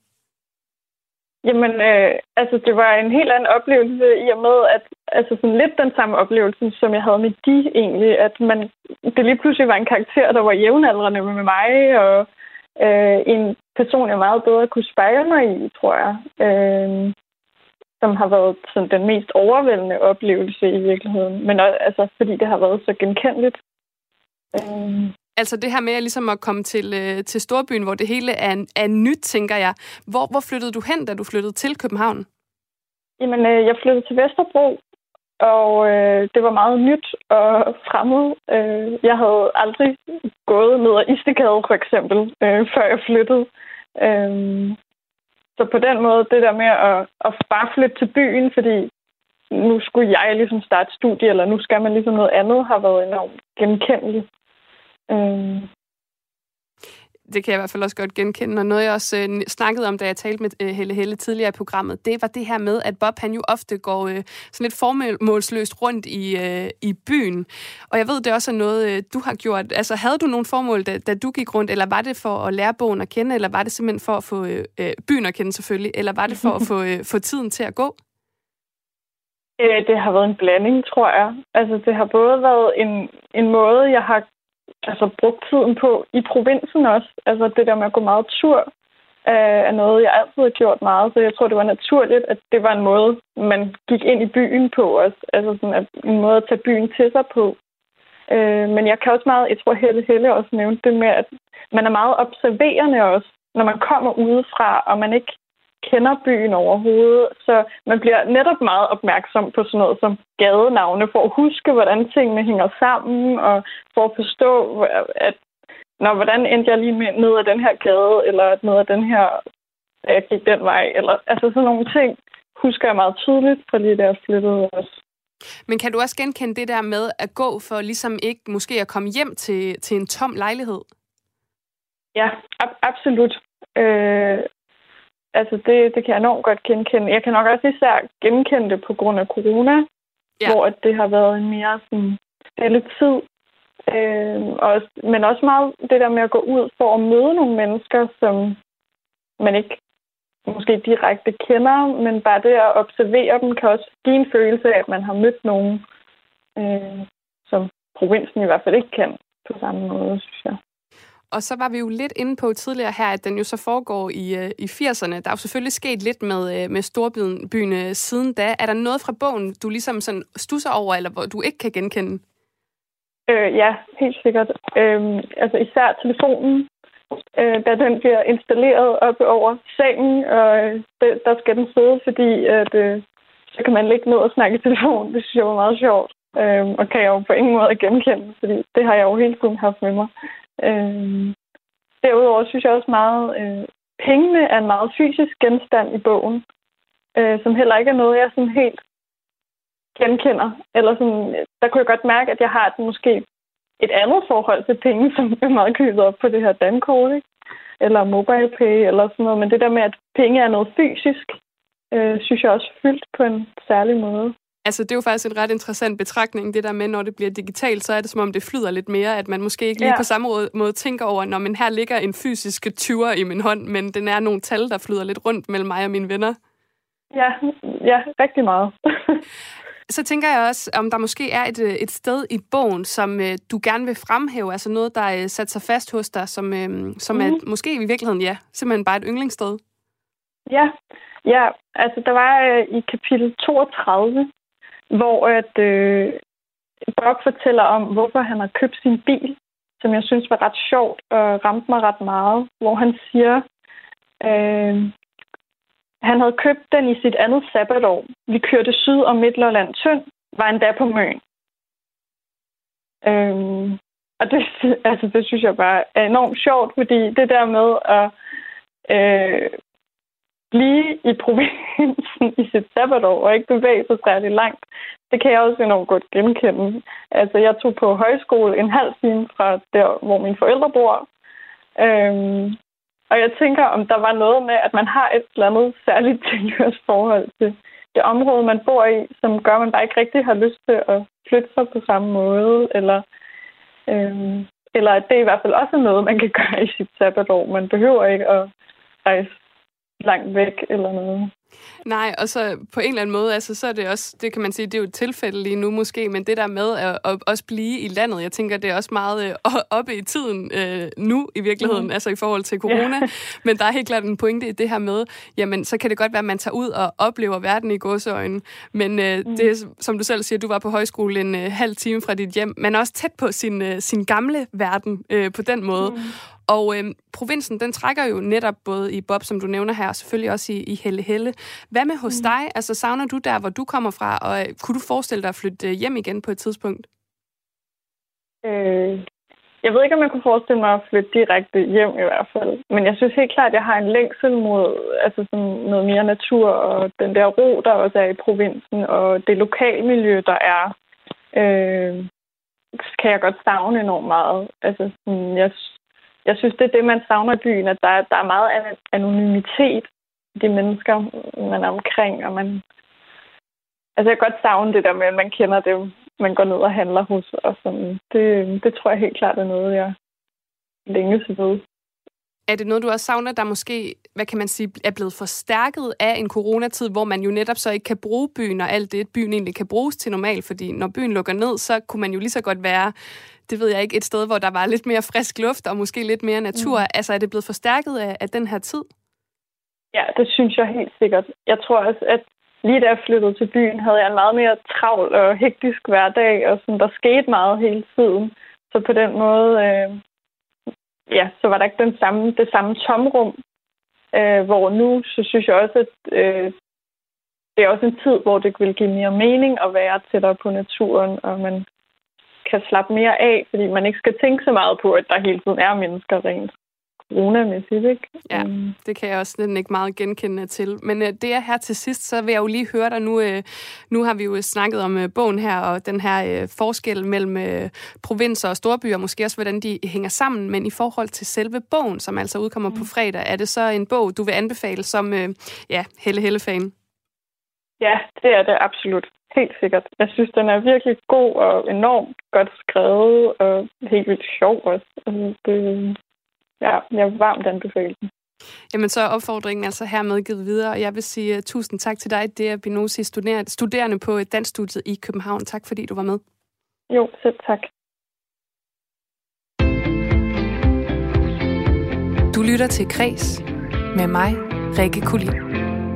Jamen, øh, altså, det var en helt anden oplevelse i og med, at altså sådan lidt den samme oplevelse, som jeg havde med de egentlig, at man, det lige pludselig var en karakter, der var jævnaldrende med mig, og øh, en person, jeg meget bedre kunne spejle mig i, tror jeg, øh, som har været sådan, den mest overvældende oplevelse i virkeligheden, men også, altså, fordi det har været så genkendeligt. Øh. Altså det her med ligesom at komme til, øh, til storbyen, hvor det hele er, er nyt, tænker jeg. Hvor, hvor flyttede du hen, da du flyttede til København? Jamen, øh, jeg flyttede til Vesterbro, og øh, det var meget nyt og fremmed. Øh, jeg havde aldrig gået ned ad Istedgade, for eksempel, øh, før jeg flyttede. Øh, så på den måde, det der med at, at bare flytte til byen, fordi nu skulle jeg ligesom starte studie, eller nu skal man ligesom noget andet, har været enormt genkendeligt. Mm. Det kan jeg i hvert fald også godt genkende. Og noget, jeg også øh, snakkede om, da jeg talte med øh, Helle Helle tidligere i programmet, det var det her med, at Bob han jo ofte går øh, sådan lidt formålsløst rundt i, øh, i byen. Og jeg ved, det også er noget, øh, du har gjort. Altså, havde du nogle formål, da, da du gik rundt, eller var det for at lære bogen at kende, eller var det simpelthen for at få øh, byen at kende selvfølgelig, eller var det for at få, øh, få tiden til at gå? Det har været en blanding, tror jeg. Altså, det har både været en, en måde, jeg har altså brugt tiden på i provinsen også. Altså det der med at gå meget tur øh, er noget, jeg altid har gjort meget. Så jeg tror, det var naturligt, at det var en måde, man gik ind i byen på også. Altså sådan at, en måde at tage byen til sig på. Øh, men jeg kan også meget, jeg tror Helle Helle også nævnte det med, at man er meget observerende også, når man kommer udefra, og man ikke kender byen overhovedet. Så man bliver netop meget opmærksom på sådan noget som gadenavne, for at huske, hvordan tingene hænger sammen, og for at forstå, at når, hvordan endte jeg lige med ned ad den her gade, eller ned ad den her, da jeg gik den vej, eller altså sådan nogle ting, husker jeg meget tydeligt, fordi det er flyttet også. Men kan du også genkende det der med at gå for ligesom ikke måske at komme hjem til, til en tom lejlighed? Ja, ab- absolut. Øh, altså det, det kan jeg enormt godt genkende. Jeg kan nok også især genkende det på grund af corona, ja. Hvor det har været en mere sådan stille tid. Øh, og, men også meget det der med at gå ud for at møde nogle mennesker, som man ikke måske direkte kender, men bare det at observere dem kan også give en følelse af, at man har mødt nogen, øh, som provinsen i hvert fald ikke kan på samme måde, synes jeg. Og så var vi jo lidt inde på tidligere her, at den jo så foregår i, i firserne. Der er jo selvfølgelig sket lidt med, med storbyen byen siden da. Er der noget fra bogen, du ligesom sådan stusser over, eller hvor du ikke kan genkende? Øh, ja, helt sikkert. Øh, altså især telefonen, øh, da den bliver installeret oppe over sengen, og øh, det, der skal den sidde, fordi at, øh, så kan man ligge ned og snakke i telefon. Det synes jeg var meget sjovt, øh, og kan jeg jo på ingen måde genkende, fordi det har jeg jo hele tiden haft med mig. Øh, derudover synes jeg også meget, øh, pengene er en meget fysisk genstand i bogen, øh, som heller ikke er noget, jeg sådan helt genkender. Eller sådan, der kunne jeg godt mærke, at jeg har et, måske et andet forhold til penge, som er meget knyttet op på det her dankort, ikke? Eller MobilePay eller sådan noget. Men det der med, at penge er noget fysisk, øh, synes jeg også fyldt på en særlig måde. Altså, det er jo faktisk en ret interessant betragtning, det der med, når det bliver digitalt, så er det som om, det flyder lidt mere, at man måske ikke lige ja. på samme måde tænker over, når man her ligger en fysisk tyver i min hånd, men den er nogle tal, der flyder lidt rundt mellem mig og mine venner. Ja, ja, rigtig meget. Så tænker jeg også, om der måske er et, et sted i bogen, som øh, du gerne vil fremhæve, altså noget, der øh, sat sig fast hos dig, som, øh, som mm. er måske i virkeligheden, ja, simpelthen bare et yndlingssted. Ja, ja, altså der var øh, i kapitel toogtredive, hvor at, øh, Bob fortæller om, hvorfor han har købt sin bil, som jeg synes var ret sjovt og ramte mig ret meget, hvor han siger, øh, han havde købt den i sit andet sabbatår. Vi kørte syd om Midtlolland Tynd, var endda på Møn. Øh, og det, altså, det synes jeg bare er enormt sjovt, fordi det der med at øh, blive i provinsen i sit sabbatår og ikke bevæge sig særlig langt, det kan jeg også enormt godt genkende. Altså, jeg tog på højskole en halv time fra der, hvor mine forældre bor. Øhm, og jeg tænker, om der var noget med, at man har et eller andet særligt tilhørsforhold til det område, man bor i, som gør, at man bare ikke rigtig har lyst til at flytte sig på samme måde, eller, øhm, eller at det i hvert fald også er noget, man kan gøre i sit sabbatår. Man behøver ikke at rejse langt væk eller noget. Nej, og så på en eller anden måde, altså, så er det også, det kan man sige, det er jo et tilfælde lige nu måske, men det der med at, at også blive i landet, jeg tænker, det er også meget øh, oppe i tiden øh, nu i virkeligheden, mm. altså i forhold til corona, yeah. Men der er helt klart en pointe i det her med, jamen, så kan det godt være, at man tager ud og oplever verden i gåseøjne, men øh, mm. det er, som du selv siger, du var på højskole en øh, halv time fra dit hjem, men også tæt på sin, øh, sin gamle verden øh, på den måde. Mm. Og øh, provinsen, den trækker jo netop både i Bob, som du nævner her, og selvfølgelig også i, i Helle Helle. Hvad med hos mm. dig? Altså, savner du der, hvor du kommer fra, og øh, kunne du forestille dig at flytte hjem igen på et tidspunkt? Øh, jeg ved ikke, om jeg kunne forestille mig at flytte direkte hjem i hvert fald. Men jeg synes helt klart, at jeg har en længsel mod altså sådan noget mere natur, og den der ro, der også er i provinsen, og det lokalmiljø, der er, øh, kan jeg godt savne enormt meget. Altså, sådan, jeg Jeg synes, det er det, man savner i byen, at der, der er meget anonymitet i de mennesker, man er omkring. Og man... Altså, jeg kan godt savne det der med, at man kender dem, man går ned og handler hos. Og sådan. Det, det tror jeg helt klart er noget, jeg længes ved. Er det noget, du også savner, der måske, hvad kan man sige, er blevet forstærket af en coronatid, hvor man jo netop så ikke kan bruge byen, og alt det, byen egentlig kan bruges til normalt? Fordi når byen lukker ned, så kunne man jo lige så godt være, det ved jeg ikke, et sted, hvor der var lidt mere frisk luft, og måske lidt mere natur. Mm. Altså, er det blevet forstærket af, af den her tid? Ja, det synes jeg helt sikkert. Jeg tror også, at lige da jeg flyttede til byen, havde jeg en meget mere travl og hektisk hverdag, og sådan, der skete meget hele tiden. Så på den måde... Øh... Ja, så var der ikke den samme, det samme tomrum, øh, hvor nu, så synes jeg også, at øh, det er også en tid, hvor det vil give mere mening at være tættere på naturen, og man kan slappe mere af, fordi man ikke skal tænke så meget på, at der hele tiden er mennesker rent coronamæssigt, ikke? Ja, det kan jeg også næsten ikke meget genkende til. Men øh, det er her til sidst, så vil jeg jo lige høre dig nu. Øh, nu har vi jo snakket om øh, bogen her, og den her øh, forskel mellem øh, provinser og storbyer, måske også, hvordan de hænger sammen. Men i forhold til selve bogen, som altså udkommer mm. på fredag, er det så en bog, du vil anbefale som øh, ja, Helle Helle-fan? Ja, det er det absolut. Helt sikkert. Jeg synes, den er virkelig god og enormt godt skrevet, og helt vildt sjov også. Altså, det... Ja, jeg vil varmt anbefale den. Jamen, så er opfordringen altså hermed givet videre, og jeg vil sige uh, tusind tak til dig, Dea Binosi, studerende, studerende på Danskstudiet i København. Tak, fordi du var med. Jo, selv tak. Du lytter til Kres med mig, Rikke Kulin.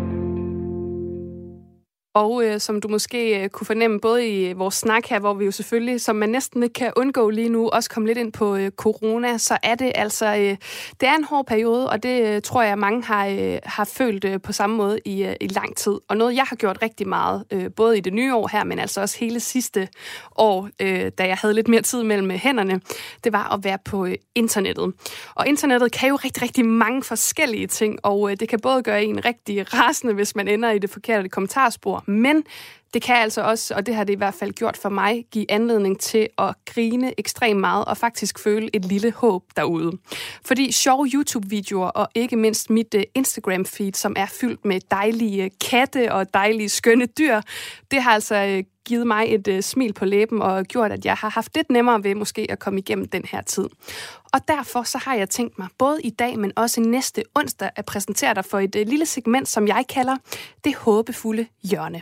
Og øh, som du måske øh, kunne fornemme, både i vores snak her, hvor vi jo selvfølgelig, som man næsten ikke kan undgå lige nu, også komme lidt ind på øh, corona, så er det altså, øh, det er en hård periode, og det øh, tror jeg, mange har, øh, har følt øh, på samme måde i, øh, i lang tid. Og noget, jeg har gjort rigtig meget, øh, både i det nye år her, men altså også hele sidste år, øh, da jeg havde lidt mere tid mellem hænderne, det var at være på øh, internettet. Og internettet kan jo rigtig, rigtig mange forskellige ting, og øh, det kan både gøre en rigtig rasende, hvis man ender i det forkerte kommentarspor, men det kan altså også, og det har det i hvert fald gjort for mig, give anledning til at grine ekstremt meget og faktisk føle et lille håb derude. Fordi sjove YouTube-videoer og ikke mindst mit Instagram-feed, som er fyldt med dejlige katte og dejlige skønne dyr, det har altså givet mig et uh, smil på læben og gjort, at jeg har haft lidt nemmere ved måske at komme igennem den her tid. Og derfor så har jeg tænkt mig, både i dag, men også næste onsdag, at præsentere dig for et uh, lille segment, som jeg kalder Det håbefulde hjørne.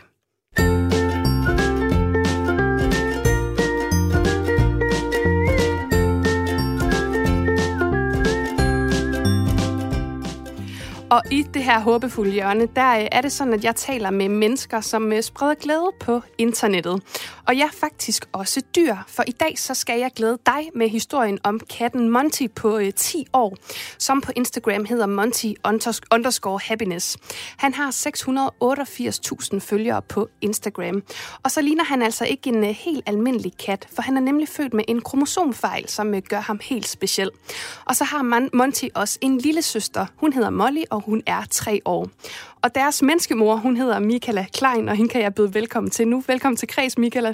Og i det her håbefulde hjørne, der er det sådan, at jeg taler med mennesker, som spreder glæde på internettet. Og jeg faktisk også dyr, for i dag så skal jeg glæde dig med historien om katten Monty på ti år, som på Instagram hedder Monty underscore happiness. Han har seks hundrede og otteogfirs tusind følgere på Instagram. Og så ligner han altså ikke en helt almindelig kat, for han er nemlig født med en kromosomfejl, som gør ham helt speciel. Og så har Monty også en lille søster. Hun hedder Molly, og hun er tre år. Og deres menneskemor, hun hedder Michaela Klein, og hende kan jeg byde velkommen til nu. Velkommen til Kreds, Michaela.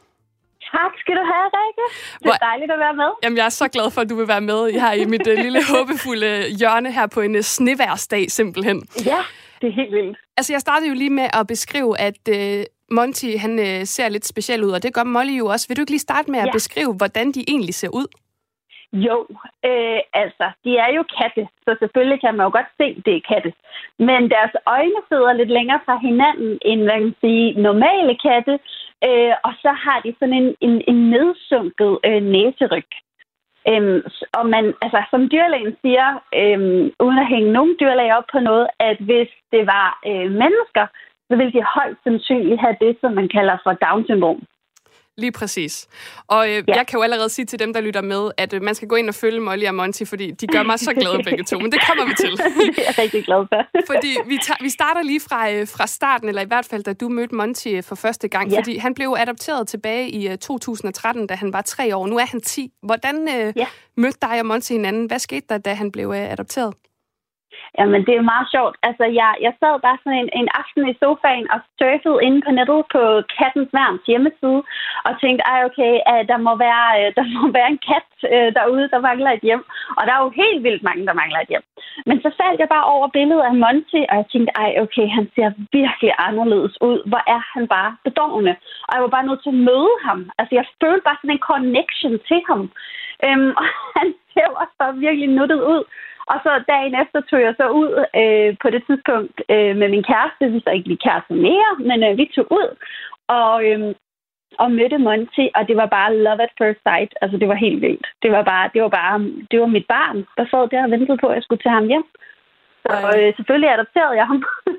Tak skal du have, Rikke. Det er dejligt at være med. Jamen, jeg er så glad for, at du vil være med her i mit uh, lille håbefulde hjørne her på en uh, sneværsdag, simpelthen. Ja, det er helt vildt. Altså, jeg startede jo lige med at beskrive, at uh, Monty, han uh, ser lidt speciel ud, og det gør Molly jo også. Vil du ikke lige starte med at ja. beskrive, hvordan de egentlig ser ud? Jo, øh, altså, de er jo katte, så selvfølgelig kan man jo godt se, det er katte. Men deres øjne sidder lidt længere fra hinanden, end man kan sige, normale katte. Øh, og så har de sådan en, en, en nedsunket øh, næseryg. Øhm, og man, altså, som dyrlægen siger, øhm, uden at hænge nogen dyrlæge op på noget, at hvis det var øh, mennesker, så ville de højst sandsynligt have det, som man kalder for Down-syndrom. Lige præcis. Og øh, ja. jeg kan jo allerede sige til dem, der lytter med, at øh, man skal gå ind og følge Molly og Monty, fordi de gør mig så glade begge to. Men det kommer vi til. Det er jeg rigtig glad for. Fordi vi, tager, vi starter lige fra, øh, fra starten, eller i hvert fald, da du mødte Monty øh, for første gang. Ja. Fordi han blev adopteret tilbage i øh, to tusind og tretten, da han var tre år. Nu er han ti. Hvordan øh, ja. mødte dig og Monty hinanden? Hvad skete der, da han blev øh, adopteret? Jamen, det er meget sjovt. Altså, jeg, jeg sad bare sådan en, en aften i sofaen og surfede inde på nettet på Kattens Værns hjemmeside, og tænkte, ej okay, der må være, der må være en kat øh, derude, der mangler et hjem. Og der er jo helt vildt mange, der mangler et hjem. Men så faldt jeg bare over billedet af Monty, og jeg tænkte, ej okay, han ser virkelig anderledes ud. Hvor er han bare bedårende. Og jeg var bare nødt til at møde ham. Altså, jeg følte bare sådan en connection til ham. Øhm, og han ser også bare virkelig nuttet ud. Og så dagen efter tog jeg så ud øh, på det tidspunkt øh, med min kæreste. Vi så ikke lige kæreste mere, men øh, vi tog ud og, øh, og mødte Monty, og det var bare love at first sight. Altså, det var helt vildt. Det var bare, det var bare, det var mit barn, der sad der og ventede på, at jeg skulle tage ham hjem. Så øh, selvfølgelig adopterede jeg ham.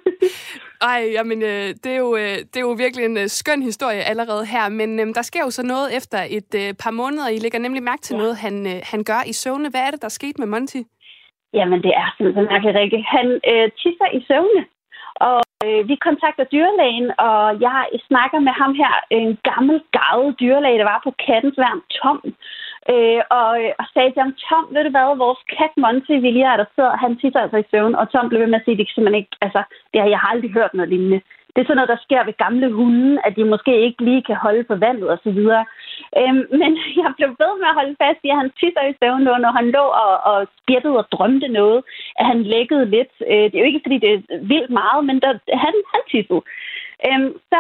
Ej, jamen, øh, det, er jo, øh, det er jo virkelig en øh, skøn historie allerede her, men øh, der sker jo så noget efter et øh, par måneder. I lægger nemlig mærke til ja. noget, han, øh, han gør i søvne. Hvad er det, der skete med Monty? Jamen, det er simpelthen mærkeligt, Rikke. Han øh, tisser i søvne, og øh, vi kontakter dyrlægen, og jeg snakker med ham her, en gammel, garvet dyrlæge, der var på Kattens Værn, Tom, øh, og, og sagde til ham, Tom, ved du hvad, vores kat Monty vil lige have adopteret, han tisser altså i søvn, og Tom blev ved med at sige, det simpelthen ikke, altså, det har jeg har aldrig hørt noget lignende. Det er sådan noget, der sker ved gamle hunde, at de måske ikke lige kan holde på vandet og så videre. Øhm, men jeg blev ved med at holde fast i, at han tisser i søvn, når han lå og, og spjættede og drømte noget, at han lækkede lidt. Øh, det er jo ikke, fordi det er vildt meget, men der, han, han tissede. Øhm, så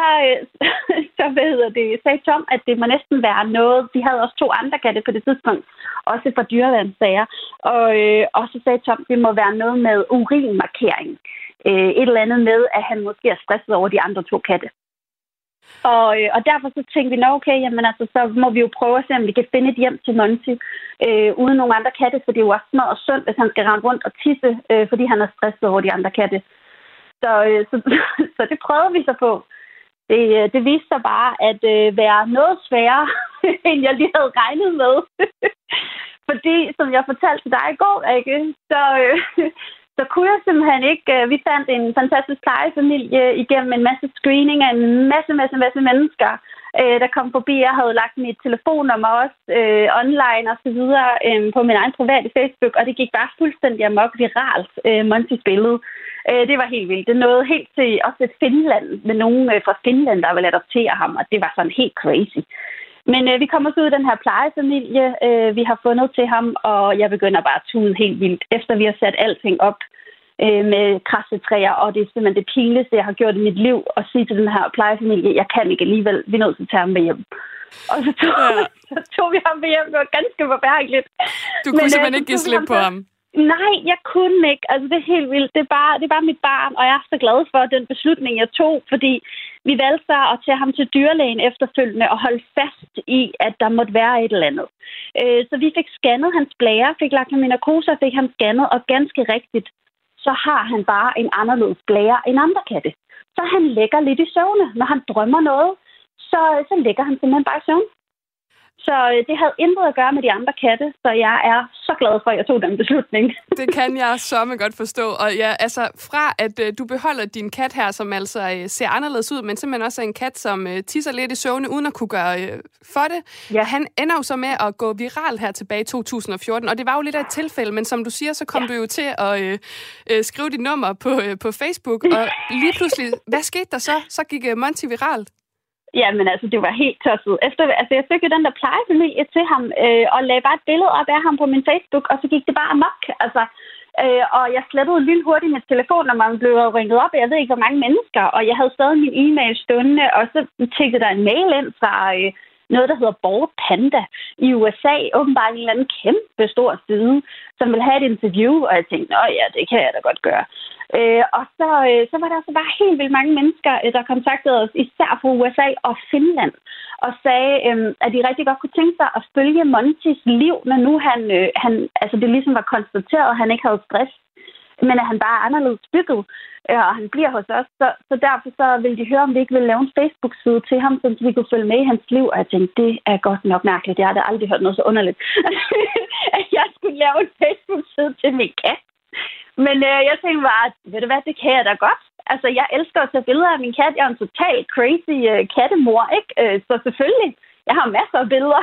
så ved det, sagde Tom, at det må næsten være noget. De havde også to andre katte på det tidspunkt, også fra dyreværnssager. Og, øh, og så sagde Tom, at det må være noget med urinmarkering. Øh, et eller andet med, at han måske er stresset over de andre to katte. Og, øh, og derfor så tænkte vi, nå okay, jamen altså, så må vi jo prøve at se, om vi kan finde et hjem til Monty, øh, uden nogle andre katte, for det er jo også smadret og sundt, hvis han skal rende rundt og tisse, øh, fordi han er stresset over de andre katte. Så, øh, så, så det prøvede vi så på. Det, det viste sig bare at øh, være noget sværere, end jeg lige havde regnet med. Fordi, som jeg fortalte til dig i går, ikke, så... Øh, Så kunne jeg simpelthen ikke. Vi fandt en fantastisk plejefamilie igennem en masse screening af en masse, masse, masse mennesker, der kom forbi. Jeg havde lagt mit telefonnummer også øh, online og så videre øh, på min egen private Facebook, og det gik bare fuldstændig amok viralt, øh, Monty spillede. Øh, det var helt vildt. Det nåede helt til også et Finland, med nogen øh, fra Finland, der ville adoptere ham, og det var sådan helt crazy. Men øh, vi kommer så ud i den her plejefamilie, øh, vi har fundet til ham, og jeg begynder bare at tude helt vildt, efter vi har sat alting op øh, med krassetræer, og det er simpelthen det pinligste, jeg har gjort i mit liv, at sige til den her plejefamilie, jeg kan ikke alligevel, vi er nødt til at tage ham med hjem. Og så tog, ja. så tog vi ham med hjem, det var ganske forfærdeligt. Du kunne Men, simpelthen øh, ikke give slip på ham? Nej, jeg kunne ikke. Altså, det er helt vildt. Det er, bare, det er bare mit barn, og jeg er så glad for den beslutning, jeg tog, fordi vi valgte så at tage ham til dyrlægen efterfølgende og holde fast i, at der måtte være et eller andet. Øh, så vi fik scannet hans blære, fik lagt ham i narkose og fik ham scannet, og ganske rigtigt, så har han bare en anderledes blære end andre katte. Så han lægger lidt i søvne. Når han drømmer noget, så, så lægger han simpelthen bare i søvn. Så det havde intet at gøre med de andre katte, så jeg er så glad for, at jeg tog den beslutning. Det kan jeg så godt forstå. Og ja, altså fra at uh, du beholder din kat her, som altså uh, ser anderledes ud, men simpelthen også er en kat, som uh, tisser lidt i søvne, uden at kunne gøre uh, for det. Ja. Han ender jo så med at gå viral her tilbage i to tusind og fjorten, og det var jo lidt af et tilfælde, men som du siger, så kom ja. du jo til at uh, uh, skrive dit nummer på, uh, på Facebook, og lige pludselig, hvad skete der så? Så gik uh, Monty viralt. Jamen altså, det var helt tosset. Efter, altså, jeg fik jo den der plejefamilie til ham, øh, og lagde bare et billede op af ham på min Facebook, og så gik det bare amok. Altså, øh, og jeg slettede lynhurtigt mit telefon, når man blev ringet op. Jeg ved ikke, hvor mange mennesker, og jeg havde stadig min e-mail stående, og så tækkede der en mail ind fra øh, noget, der hedder Borg Panda i U S A. Åbenbart en eller anden kæmpe stor side, som ville have et interview, og jeg tænkte, nå ja, det kan jeg da godt gøre. Øh, og så, øh, så var der altså bare helt vildt mange mennesker, øh, der kontaktede os, især fra U S A og Finland, og sagde, øh, at de rigtig godt kunne tænke sig at følge Montys liv, når nu han, øh, han, altså det ligesom var konstateret, at han ikke havde stress, men at han bare er anderledes bygget, øh, og han bliver hos os. Så, så derfor så ville de høre, om vi ikke ville lave en Facebook-side til ham, så vi kunne følge med i hans liv, og jeg tænkte, det er godt nok mærkeligt. Jeg har aldrig hørt noget så underligt, at jeg skulle lave en Facebook-side til min kat. Men øh, jeg tænkte bare, ved du hvad, det kan jeg da godt. Altså, jeg elsker at tage billeder af min kat. Jeg er en total crazy øh, kattemor, ikke? Øh, så selvfølgelig, jeg har masser af billeder.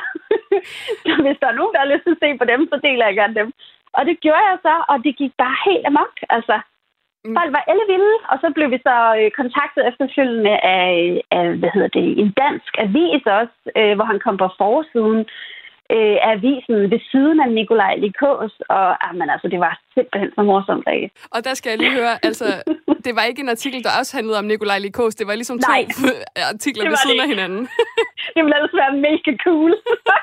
Så hvis der er nogen, der har lyst til at se på dem, så deler jeg gerne dem. Og det gjorde jeg så, og det gik bare helt amok. Altså, mm. folk var ellevilde, og så blev vi så øh, kontaktet efterfølgende af, af, hvad hedder det, en dansk avis også, øh, hvor han kom på forsiden af avisen ved siden af Nikolaj Likos, og jamen, altså, det var simpelthen så morsomt. Ikke? Og der skal jeg lige høre, altså, det var ikke en artikel, der også handlede om Nikolaj Likos, det var ligesom to Nej, artikler ved siden af hinanden. Det ville ellers være mega cool.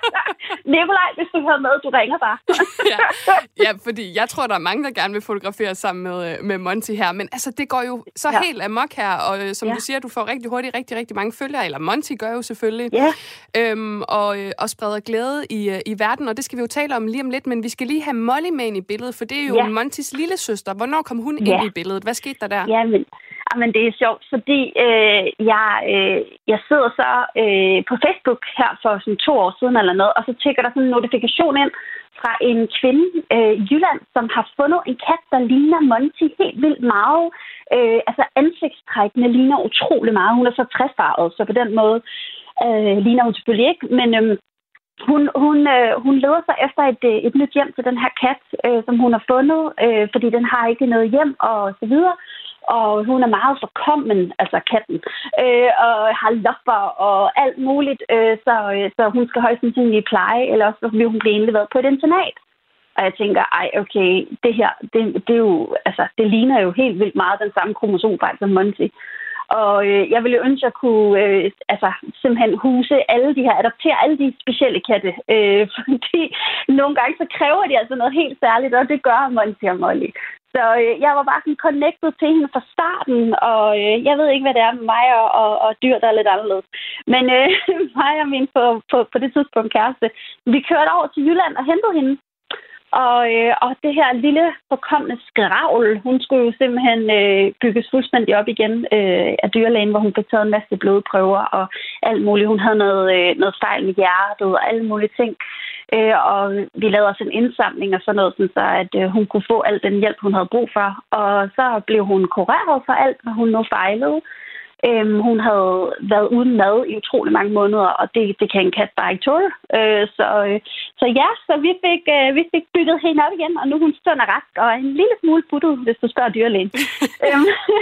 Nikolaj, hvis du hører med, du ringer bare. ja. ja, fordi jeg tror, der er mange, der gerne vil fotografere sammen med, med Monty her, men altså, det går jo så ja. helt amok her, og som ja. du siger, du får rigtig hurtigt rigtig, rigtig mange følgere, eller Monty gør jo selvfølgelig, ja. øhm, og, og spreder glæde i, i verden, og det skal vi jo tale om lige om lidt, men vi skal lige have Molly med ind i billedet, for det er jo ja. Montys lille søster. Hvornår kom hun ja. ind i billedet? Hvad skete der der? Ja, men, men det er sjovt, fordi øh, jeg, øh, jeg sidder så øh, på Facebook her for sådan to år siden eller noget, og så tækker der sådan en notifikation ind fra en kvinde øh, i Jylland, som har fundet en kat, der ligner Monty helt vildt meget. Øh, altså ansigtstrækkene ligner utrolig meget. Hun er så tres-farvet, så på den måde øh, ligner hun selvfølgelig ikke, men øh, Hun, hun, øh, hun leder sig efter et, et nyt hjem til den her kat, øh, som hun har fundet, øh, fordi den har ikke noget hjem og så videre. Og hun er meget forkommen, altså katten, øh, og har lopper og alt muligt, øh, så, øh, så hun skal højst sandsynligt i pleje, eller også vil hun blive indleveret på et internat. Og jeg tænker, ej, okay, det her, det, det, er jo, altså, det ligner jo helt vildt meget den samme kromosomfejl som Monty. Og øh, jeg ville jo ønske, at jeg kunne øh, altså, simpelthen huse alle de her, adoptere alle de specielle katte. Øh, fordi nogle gange så kræver de altså noget helt særligt, og det gør Monty og Molly. Så øh, jeg var bare sådan connected til hende fra starten, og øh, jeg ved ikke, hvad det er med mig og, og, og dyr, der er lidt anderledes. Men øh, mig og min på, på, på det tidspunkt kæreste, vi kørte over til Jylland og hentede hende. Og, øh, og det her lille forkomne skravl, hun skulle jo simpelthen øh, bygges fuldstændig op igen øh, af dyrlægen, hvor hun fik taget en masse blodprøver og alt muligt. Hun havde noget, øh, noget fejl med hjertet og alle mulige ting. Øh, og vi lavede også en indsamling og sådan noget, sådan så at øh, hun kunne få al den hjælp, hun havde brug for. Og så blev hun kureret for alt, hvad hun nu fejlede. Øhm, hun havde været uden mad i utrolig mange måneder, og det, det kan en kat bare ikke tåle. Øh, så, øh, så ja, så vi fik, øh, vi fik bygget hende op igen, og nu er hun sund og rask, og en lille smule puttet, hvis du spørger dyrlægen. øhm,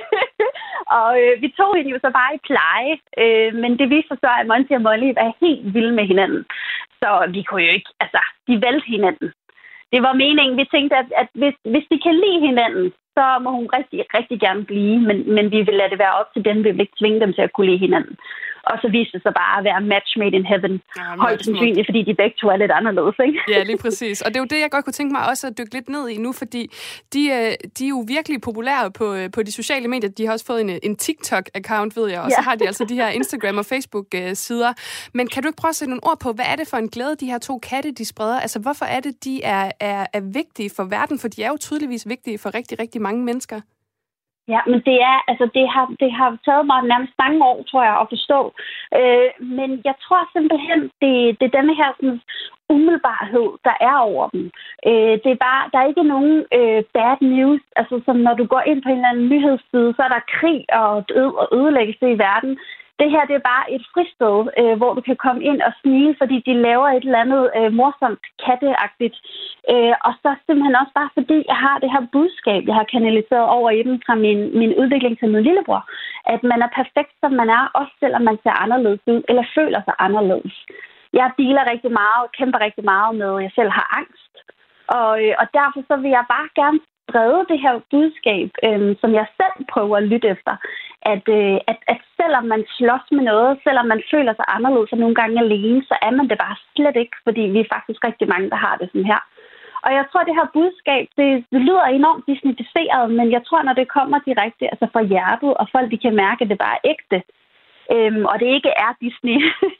og øh, vi tog hende jo så bare i pleje, øh, men det viste sig så, at Monty og Molly var helt vilde med hinanden. Så vi kunne jo ikke, altså, de valgte hinanden. Det var meningen, vi tænkte, at, at hvis, hvis de kan lide hinanden, så må hun rigtig, rigtig gerne blive, men, men vi vil lade det være op til dem, vi vil ikke tvinge dem til at kunne lide hinanden. Og så viste det sig bare at være match made in heaven. Ja, højt sandsynligt, fordi de begge to er lidt anderledes, ikke? Ja, lige præcis. Og det er jo det, jeg godt kunne tænke mig også at dykke lidt ned i nu, fordi de, de er jo virkelig populære på, på de sociale medier. De har også fået en, en TikTok-account, ved jeg, og ja. Så har de altså de her Instagram- og Facebook-sider. Men kan du ikke prøve at sætte nogle ord på, hvad er det for en glæde, de her to katte, de spreder? Altså, hvorfor er det, de er, er, er vigtige for verden? For de er jo tydeligvis vigtige for rigtig, rigtig mange mennesker. Ja, men det er, altså det har, det har taget mig nærmest mange år, tror jeg, at forstå. Øh, men jeg tror simpelthen, det, det er denne her sådan, umiddelbarhed, der er over dem. Øh, det er bare, der er ikke nogen øh, bad news. Altså, som når du går ind på en eller anden nyhedsside, så er der krig og død og ødelæggelse i verden. Det her, det er bare et fristed, øh, hvor du kan komme ind og smile, fordi de laver et eller andet øh, morsomt, katteagtigt. Øh, og så simpelthen også bare fordi, jeg har det her budskab, jeg har kanaliseret over i dem fra min, min udvikling til min lillebror. At man er perfekt, som man er, også selvom man ser anderledes ud, eller føler sig anderledes. Jeg dealer rigtig meget, kæmper rigtig meget med, at jeg selv har angst. Og, øh, og derfor så vil jeg bare gerne sprede det her budskab, øh, som jeg selv prøver at lytte efter. At, øh, at, at selvom man slås med noget, selvom man føler sig anderledes og nogle gange alene, så er man det bare slet ikke, fordi vi er faktisk rigtig mange, der har det sådan her. Og jeg tror, at det her budskab, det, det lyder enormt disneyficeret, men jeg tror, når det kommer direkte altså fra hjertet, og folk de kan mærke, at det bare er ægte, øhm, og det ikke er Disney,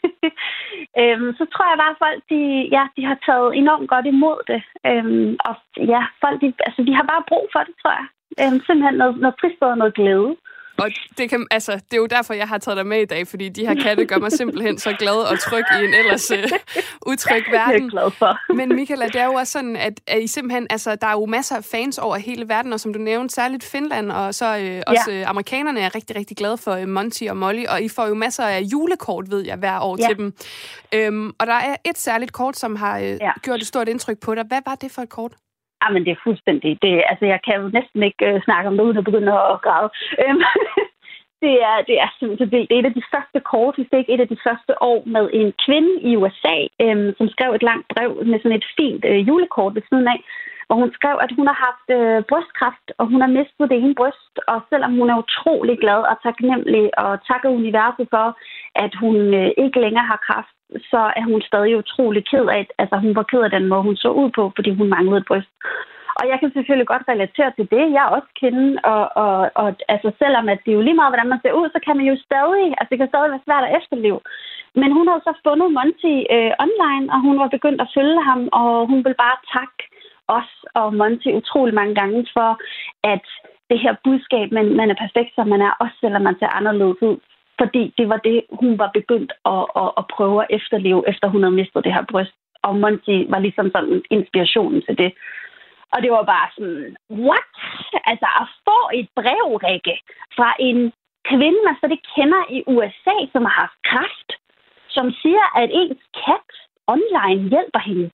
øhm, så tror jeg bare, at folk de, ja, de har taget enormt godt imod det. Øhm, og ja, folk de, altså, de har bare brug for det, tror jeg. Øhm, simpelthen noget, noget tristhed og noget glæde. Og det, kan, altså, det er jo derfor, jeg har taget dig med i dag, fordi de her katte gør mig simpelthen så glad og tryg i en ellers uh, utryg verden. Jeg er glad for. Men Michaela, det er jo også sådan, at, at I simpelthen, altså, der er jo masser af fans over hele verden, og som du nævnte, særligt Finland, og så øh, også ja. øh, amerikanerne er rigtig, rigtig glade for øh, Monty og Molly, og I får jo masser af julekort, ved jeg, hver år ja. til dem. Øhm, og der er et særligt kort, som har øh, ja. gjort et stort indtryk på dig. Hvad var det for et kort? Ja, men det er fuldstændig. Det, altså, jeg kan jo næsten ikke øh, snakke om det, uden at begynde at græde. Øhm, det, er, det er simpelthen det er et af de første kort, vi fik et af de første år med en kvinde i U S A, øhm, som skrev et langt brev med sådan et fint øh, julekort ved siden af, hvor hun skrev, at hun har haft øh, brystkræft, og hun har mistet det ene bryst, og selvom hun er utrolig glad og taknemmelig, og takker universet for, at hun øh, ikke længere har kræft, så er hun stadig utrolig ked af, altså hun var ked af den måde, hun så ud på, fordi hun manglede et bryst. Og jeg kan selvfølgelig godt relatere til det. Jeg er også kvinde, og, og, og altså selvom at det er jo lige meget, hvordan man ser ud, så kan man jo stadig, altså det kan stadig være svært at efterleve. Men hun har så fundet Monty øh, online, og hun var begyndt at følge ham, og hun vil bare takke os og Monty utrolig mange gange for, at det her budskab, man, man er perfekt, som man er, også selvom man ser anderledes ud. Fordi det var det, hun var begyndt at, at, at prøve at efterleve, efter hun havde mistet det her bryst. Og Monty var ligesom sådan inspirationen til det. Og det var bare sådan, what? Altså at få et brev, Rikke, fra en kvinde, man slet ikke kender i U S A, som har haft kræft, som siger, at ens kat online hjælper hende.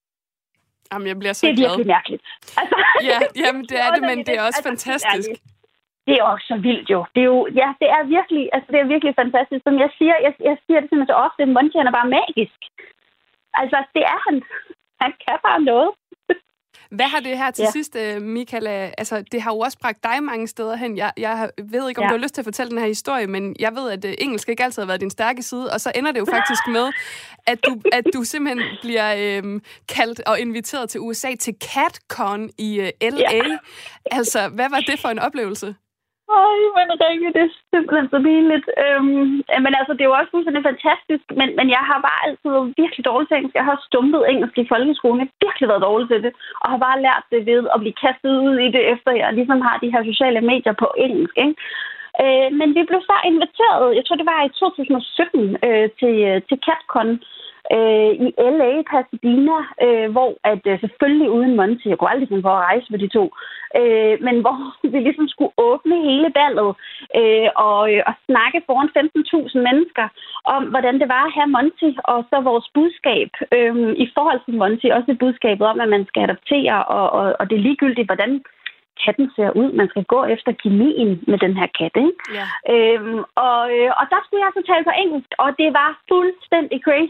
Jamen, jeg bliver så glad. Det er virkelig glad. mærkeligt. Altså, ja, jamen, det er det, men det er også altså, fantastisk. Det er også så vildt jo. Det er jo, ja, det er virkelig, altså det er virkelig fantastisk. Som jeg siger, jeg, jeg siger det simpelthen så ofte, at Monty er bare magisk. Altså, det er han. Han kan bare noget. Hvad har det her til ja. sidst, Michaela? Altså, det har jo også bragt dig mange steder hen. Jeg, jeg ved ikke, om ja. du har lyst til at fortælle den her historie, men jeg ved, at engelsk ikke altid har været din stærke side, og så ender det jo faktisk med, at du, at du simpelthen bliver øhm, kaldt og inviteret til U S A til CatCon i øh, L A. Ja. Altså, hvad var det for en oplevelse? Øj, men Rikke, det er simpelthen så pinligt. Øhm, men altså, det er jo også fuldstændig fantastisk, men, men jeg har bare altid været virkelig dårlig til engelsk. Jeg har stumpet engelsk i folkeskolen. Jeg har virkelig været dårlig til det, og har bare lært det ved at blive kastet ud i det, efter jeg ligesom har de her sociale medier på engelsk, ikke? Øh, men vi blev så inviteret, jeg tror det var i to tusind og sytten, øh, til, til CatCon øh, i L A, Pasadena, øh, hvor at øh, selvfølgelig uden Monty, jeg kunne aldrig finde for at rejse med de to, øh, men hvor vi ligesom skulle åbne hele ballet øh, og, øh, og snakke foran femten tusind mennesker om, hvordan det var at have Monty, og så vores budskab øh, i forhold til Monty, også et budskab om, at man skal adoptere, og, og, og det er ligegyldigt, hvordan katten ser ud. Man skal gå efter kemien med den her kat, ikke? Yeah. Øhm, og, øh, og der skulle jeg så tale på engelsk, og det var fuldstændig crazy.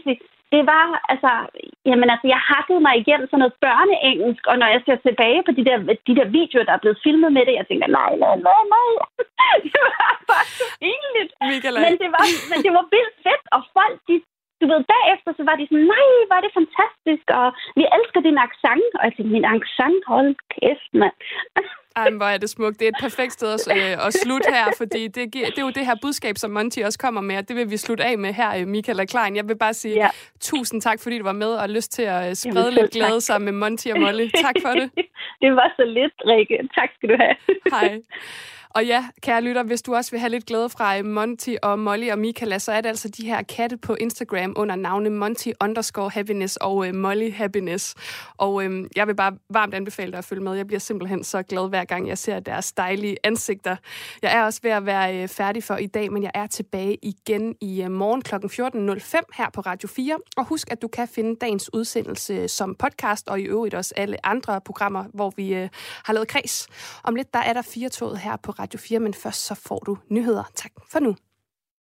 det var, altså, jamen altså, jeg hakkede mig igennem sådan noget børneengelsk, og når jeg ser tilbage på de der, de der videoer, der er blevet filmet med det, jeg tænker, nej, nej, nej, nej. Det var bare så pinligt. Men det var, men det var vildt fedt, og folk, de, du ved, bagefter, så var de sådan, nej, var det fantastisk, og vi elsker din accent. Og jeg tænkte, min accent, hold kæft, mand. Ej, hvor er det smukt. Det er et perfekt sted at, øh, at slutte her, fordi det, det er jo det her budskab, som Monty også kommer med, og det vil vi slutte af med her, Michaela Klein. Jeg vil bare sige ja. tusind tak, fordi du var med og har lyst til at sprede Jamen, lidt glæde sammen med Monty og Molly. Tak for det. Det var så lidt, Rikke. Tak skal du have. Hej. Og ja, kære lytter, hvis du også vil have lidt glæde fra Monty og Molly og Michaela, så er det altså de her katte på Instagram under navne Monty underscore happiness og uh, Molly happiness. Og um, jeg vil bare varmt anbefale dig at følge med. Jeg bliver simpelthen så glad hver gang, jeg ser deres dejlige ansigter. Jeg er også ved at være uh, færdig for i dag, men jeg er tilbage igen i uh, morgen klokken fjorten nul fem her på Radio fire. Og husk, at du kan finde dagens udsendelse som podcast, og i øvrigt også alle andre programmer, hvor vi uh, har lavet kreds. Om lidt, der er der fire-toget her på Radio fire, men først så får du nyheder. Tak for nu.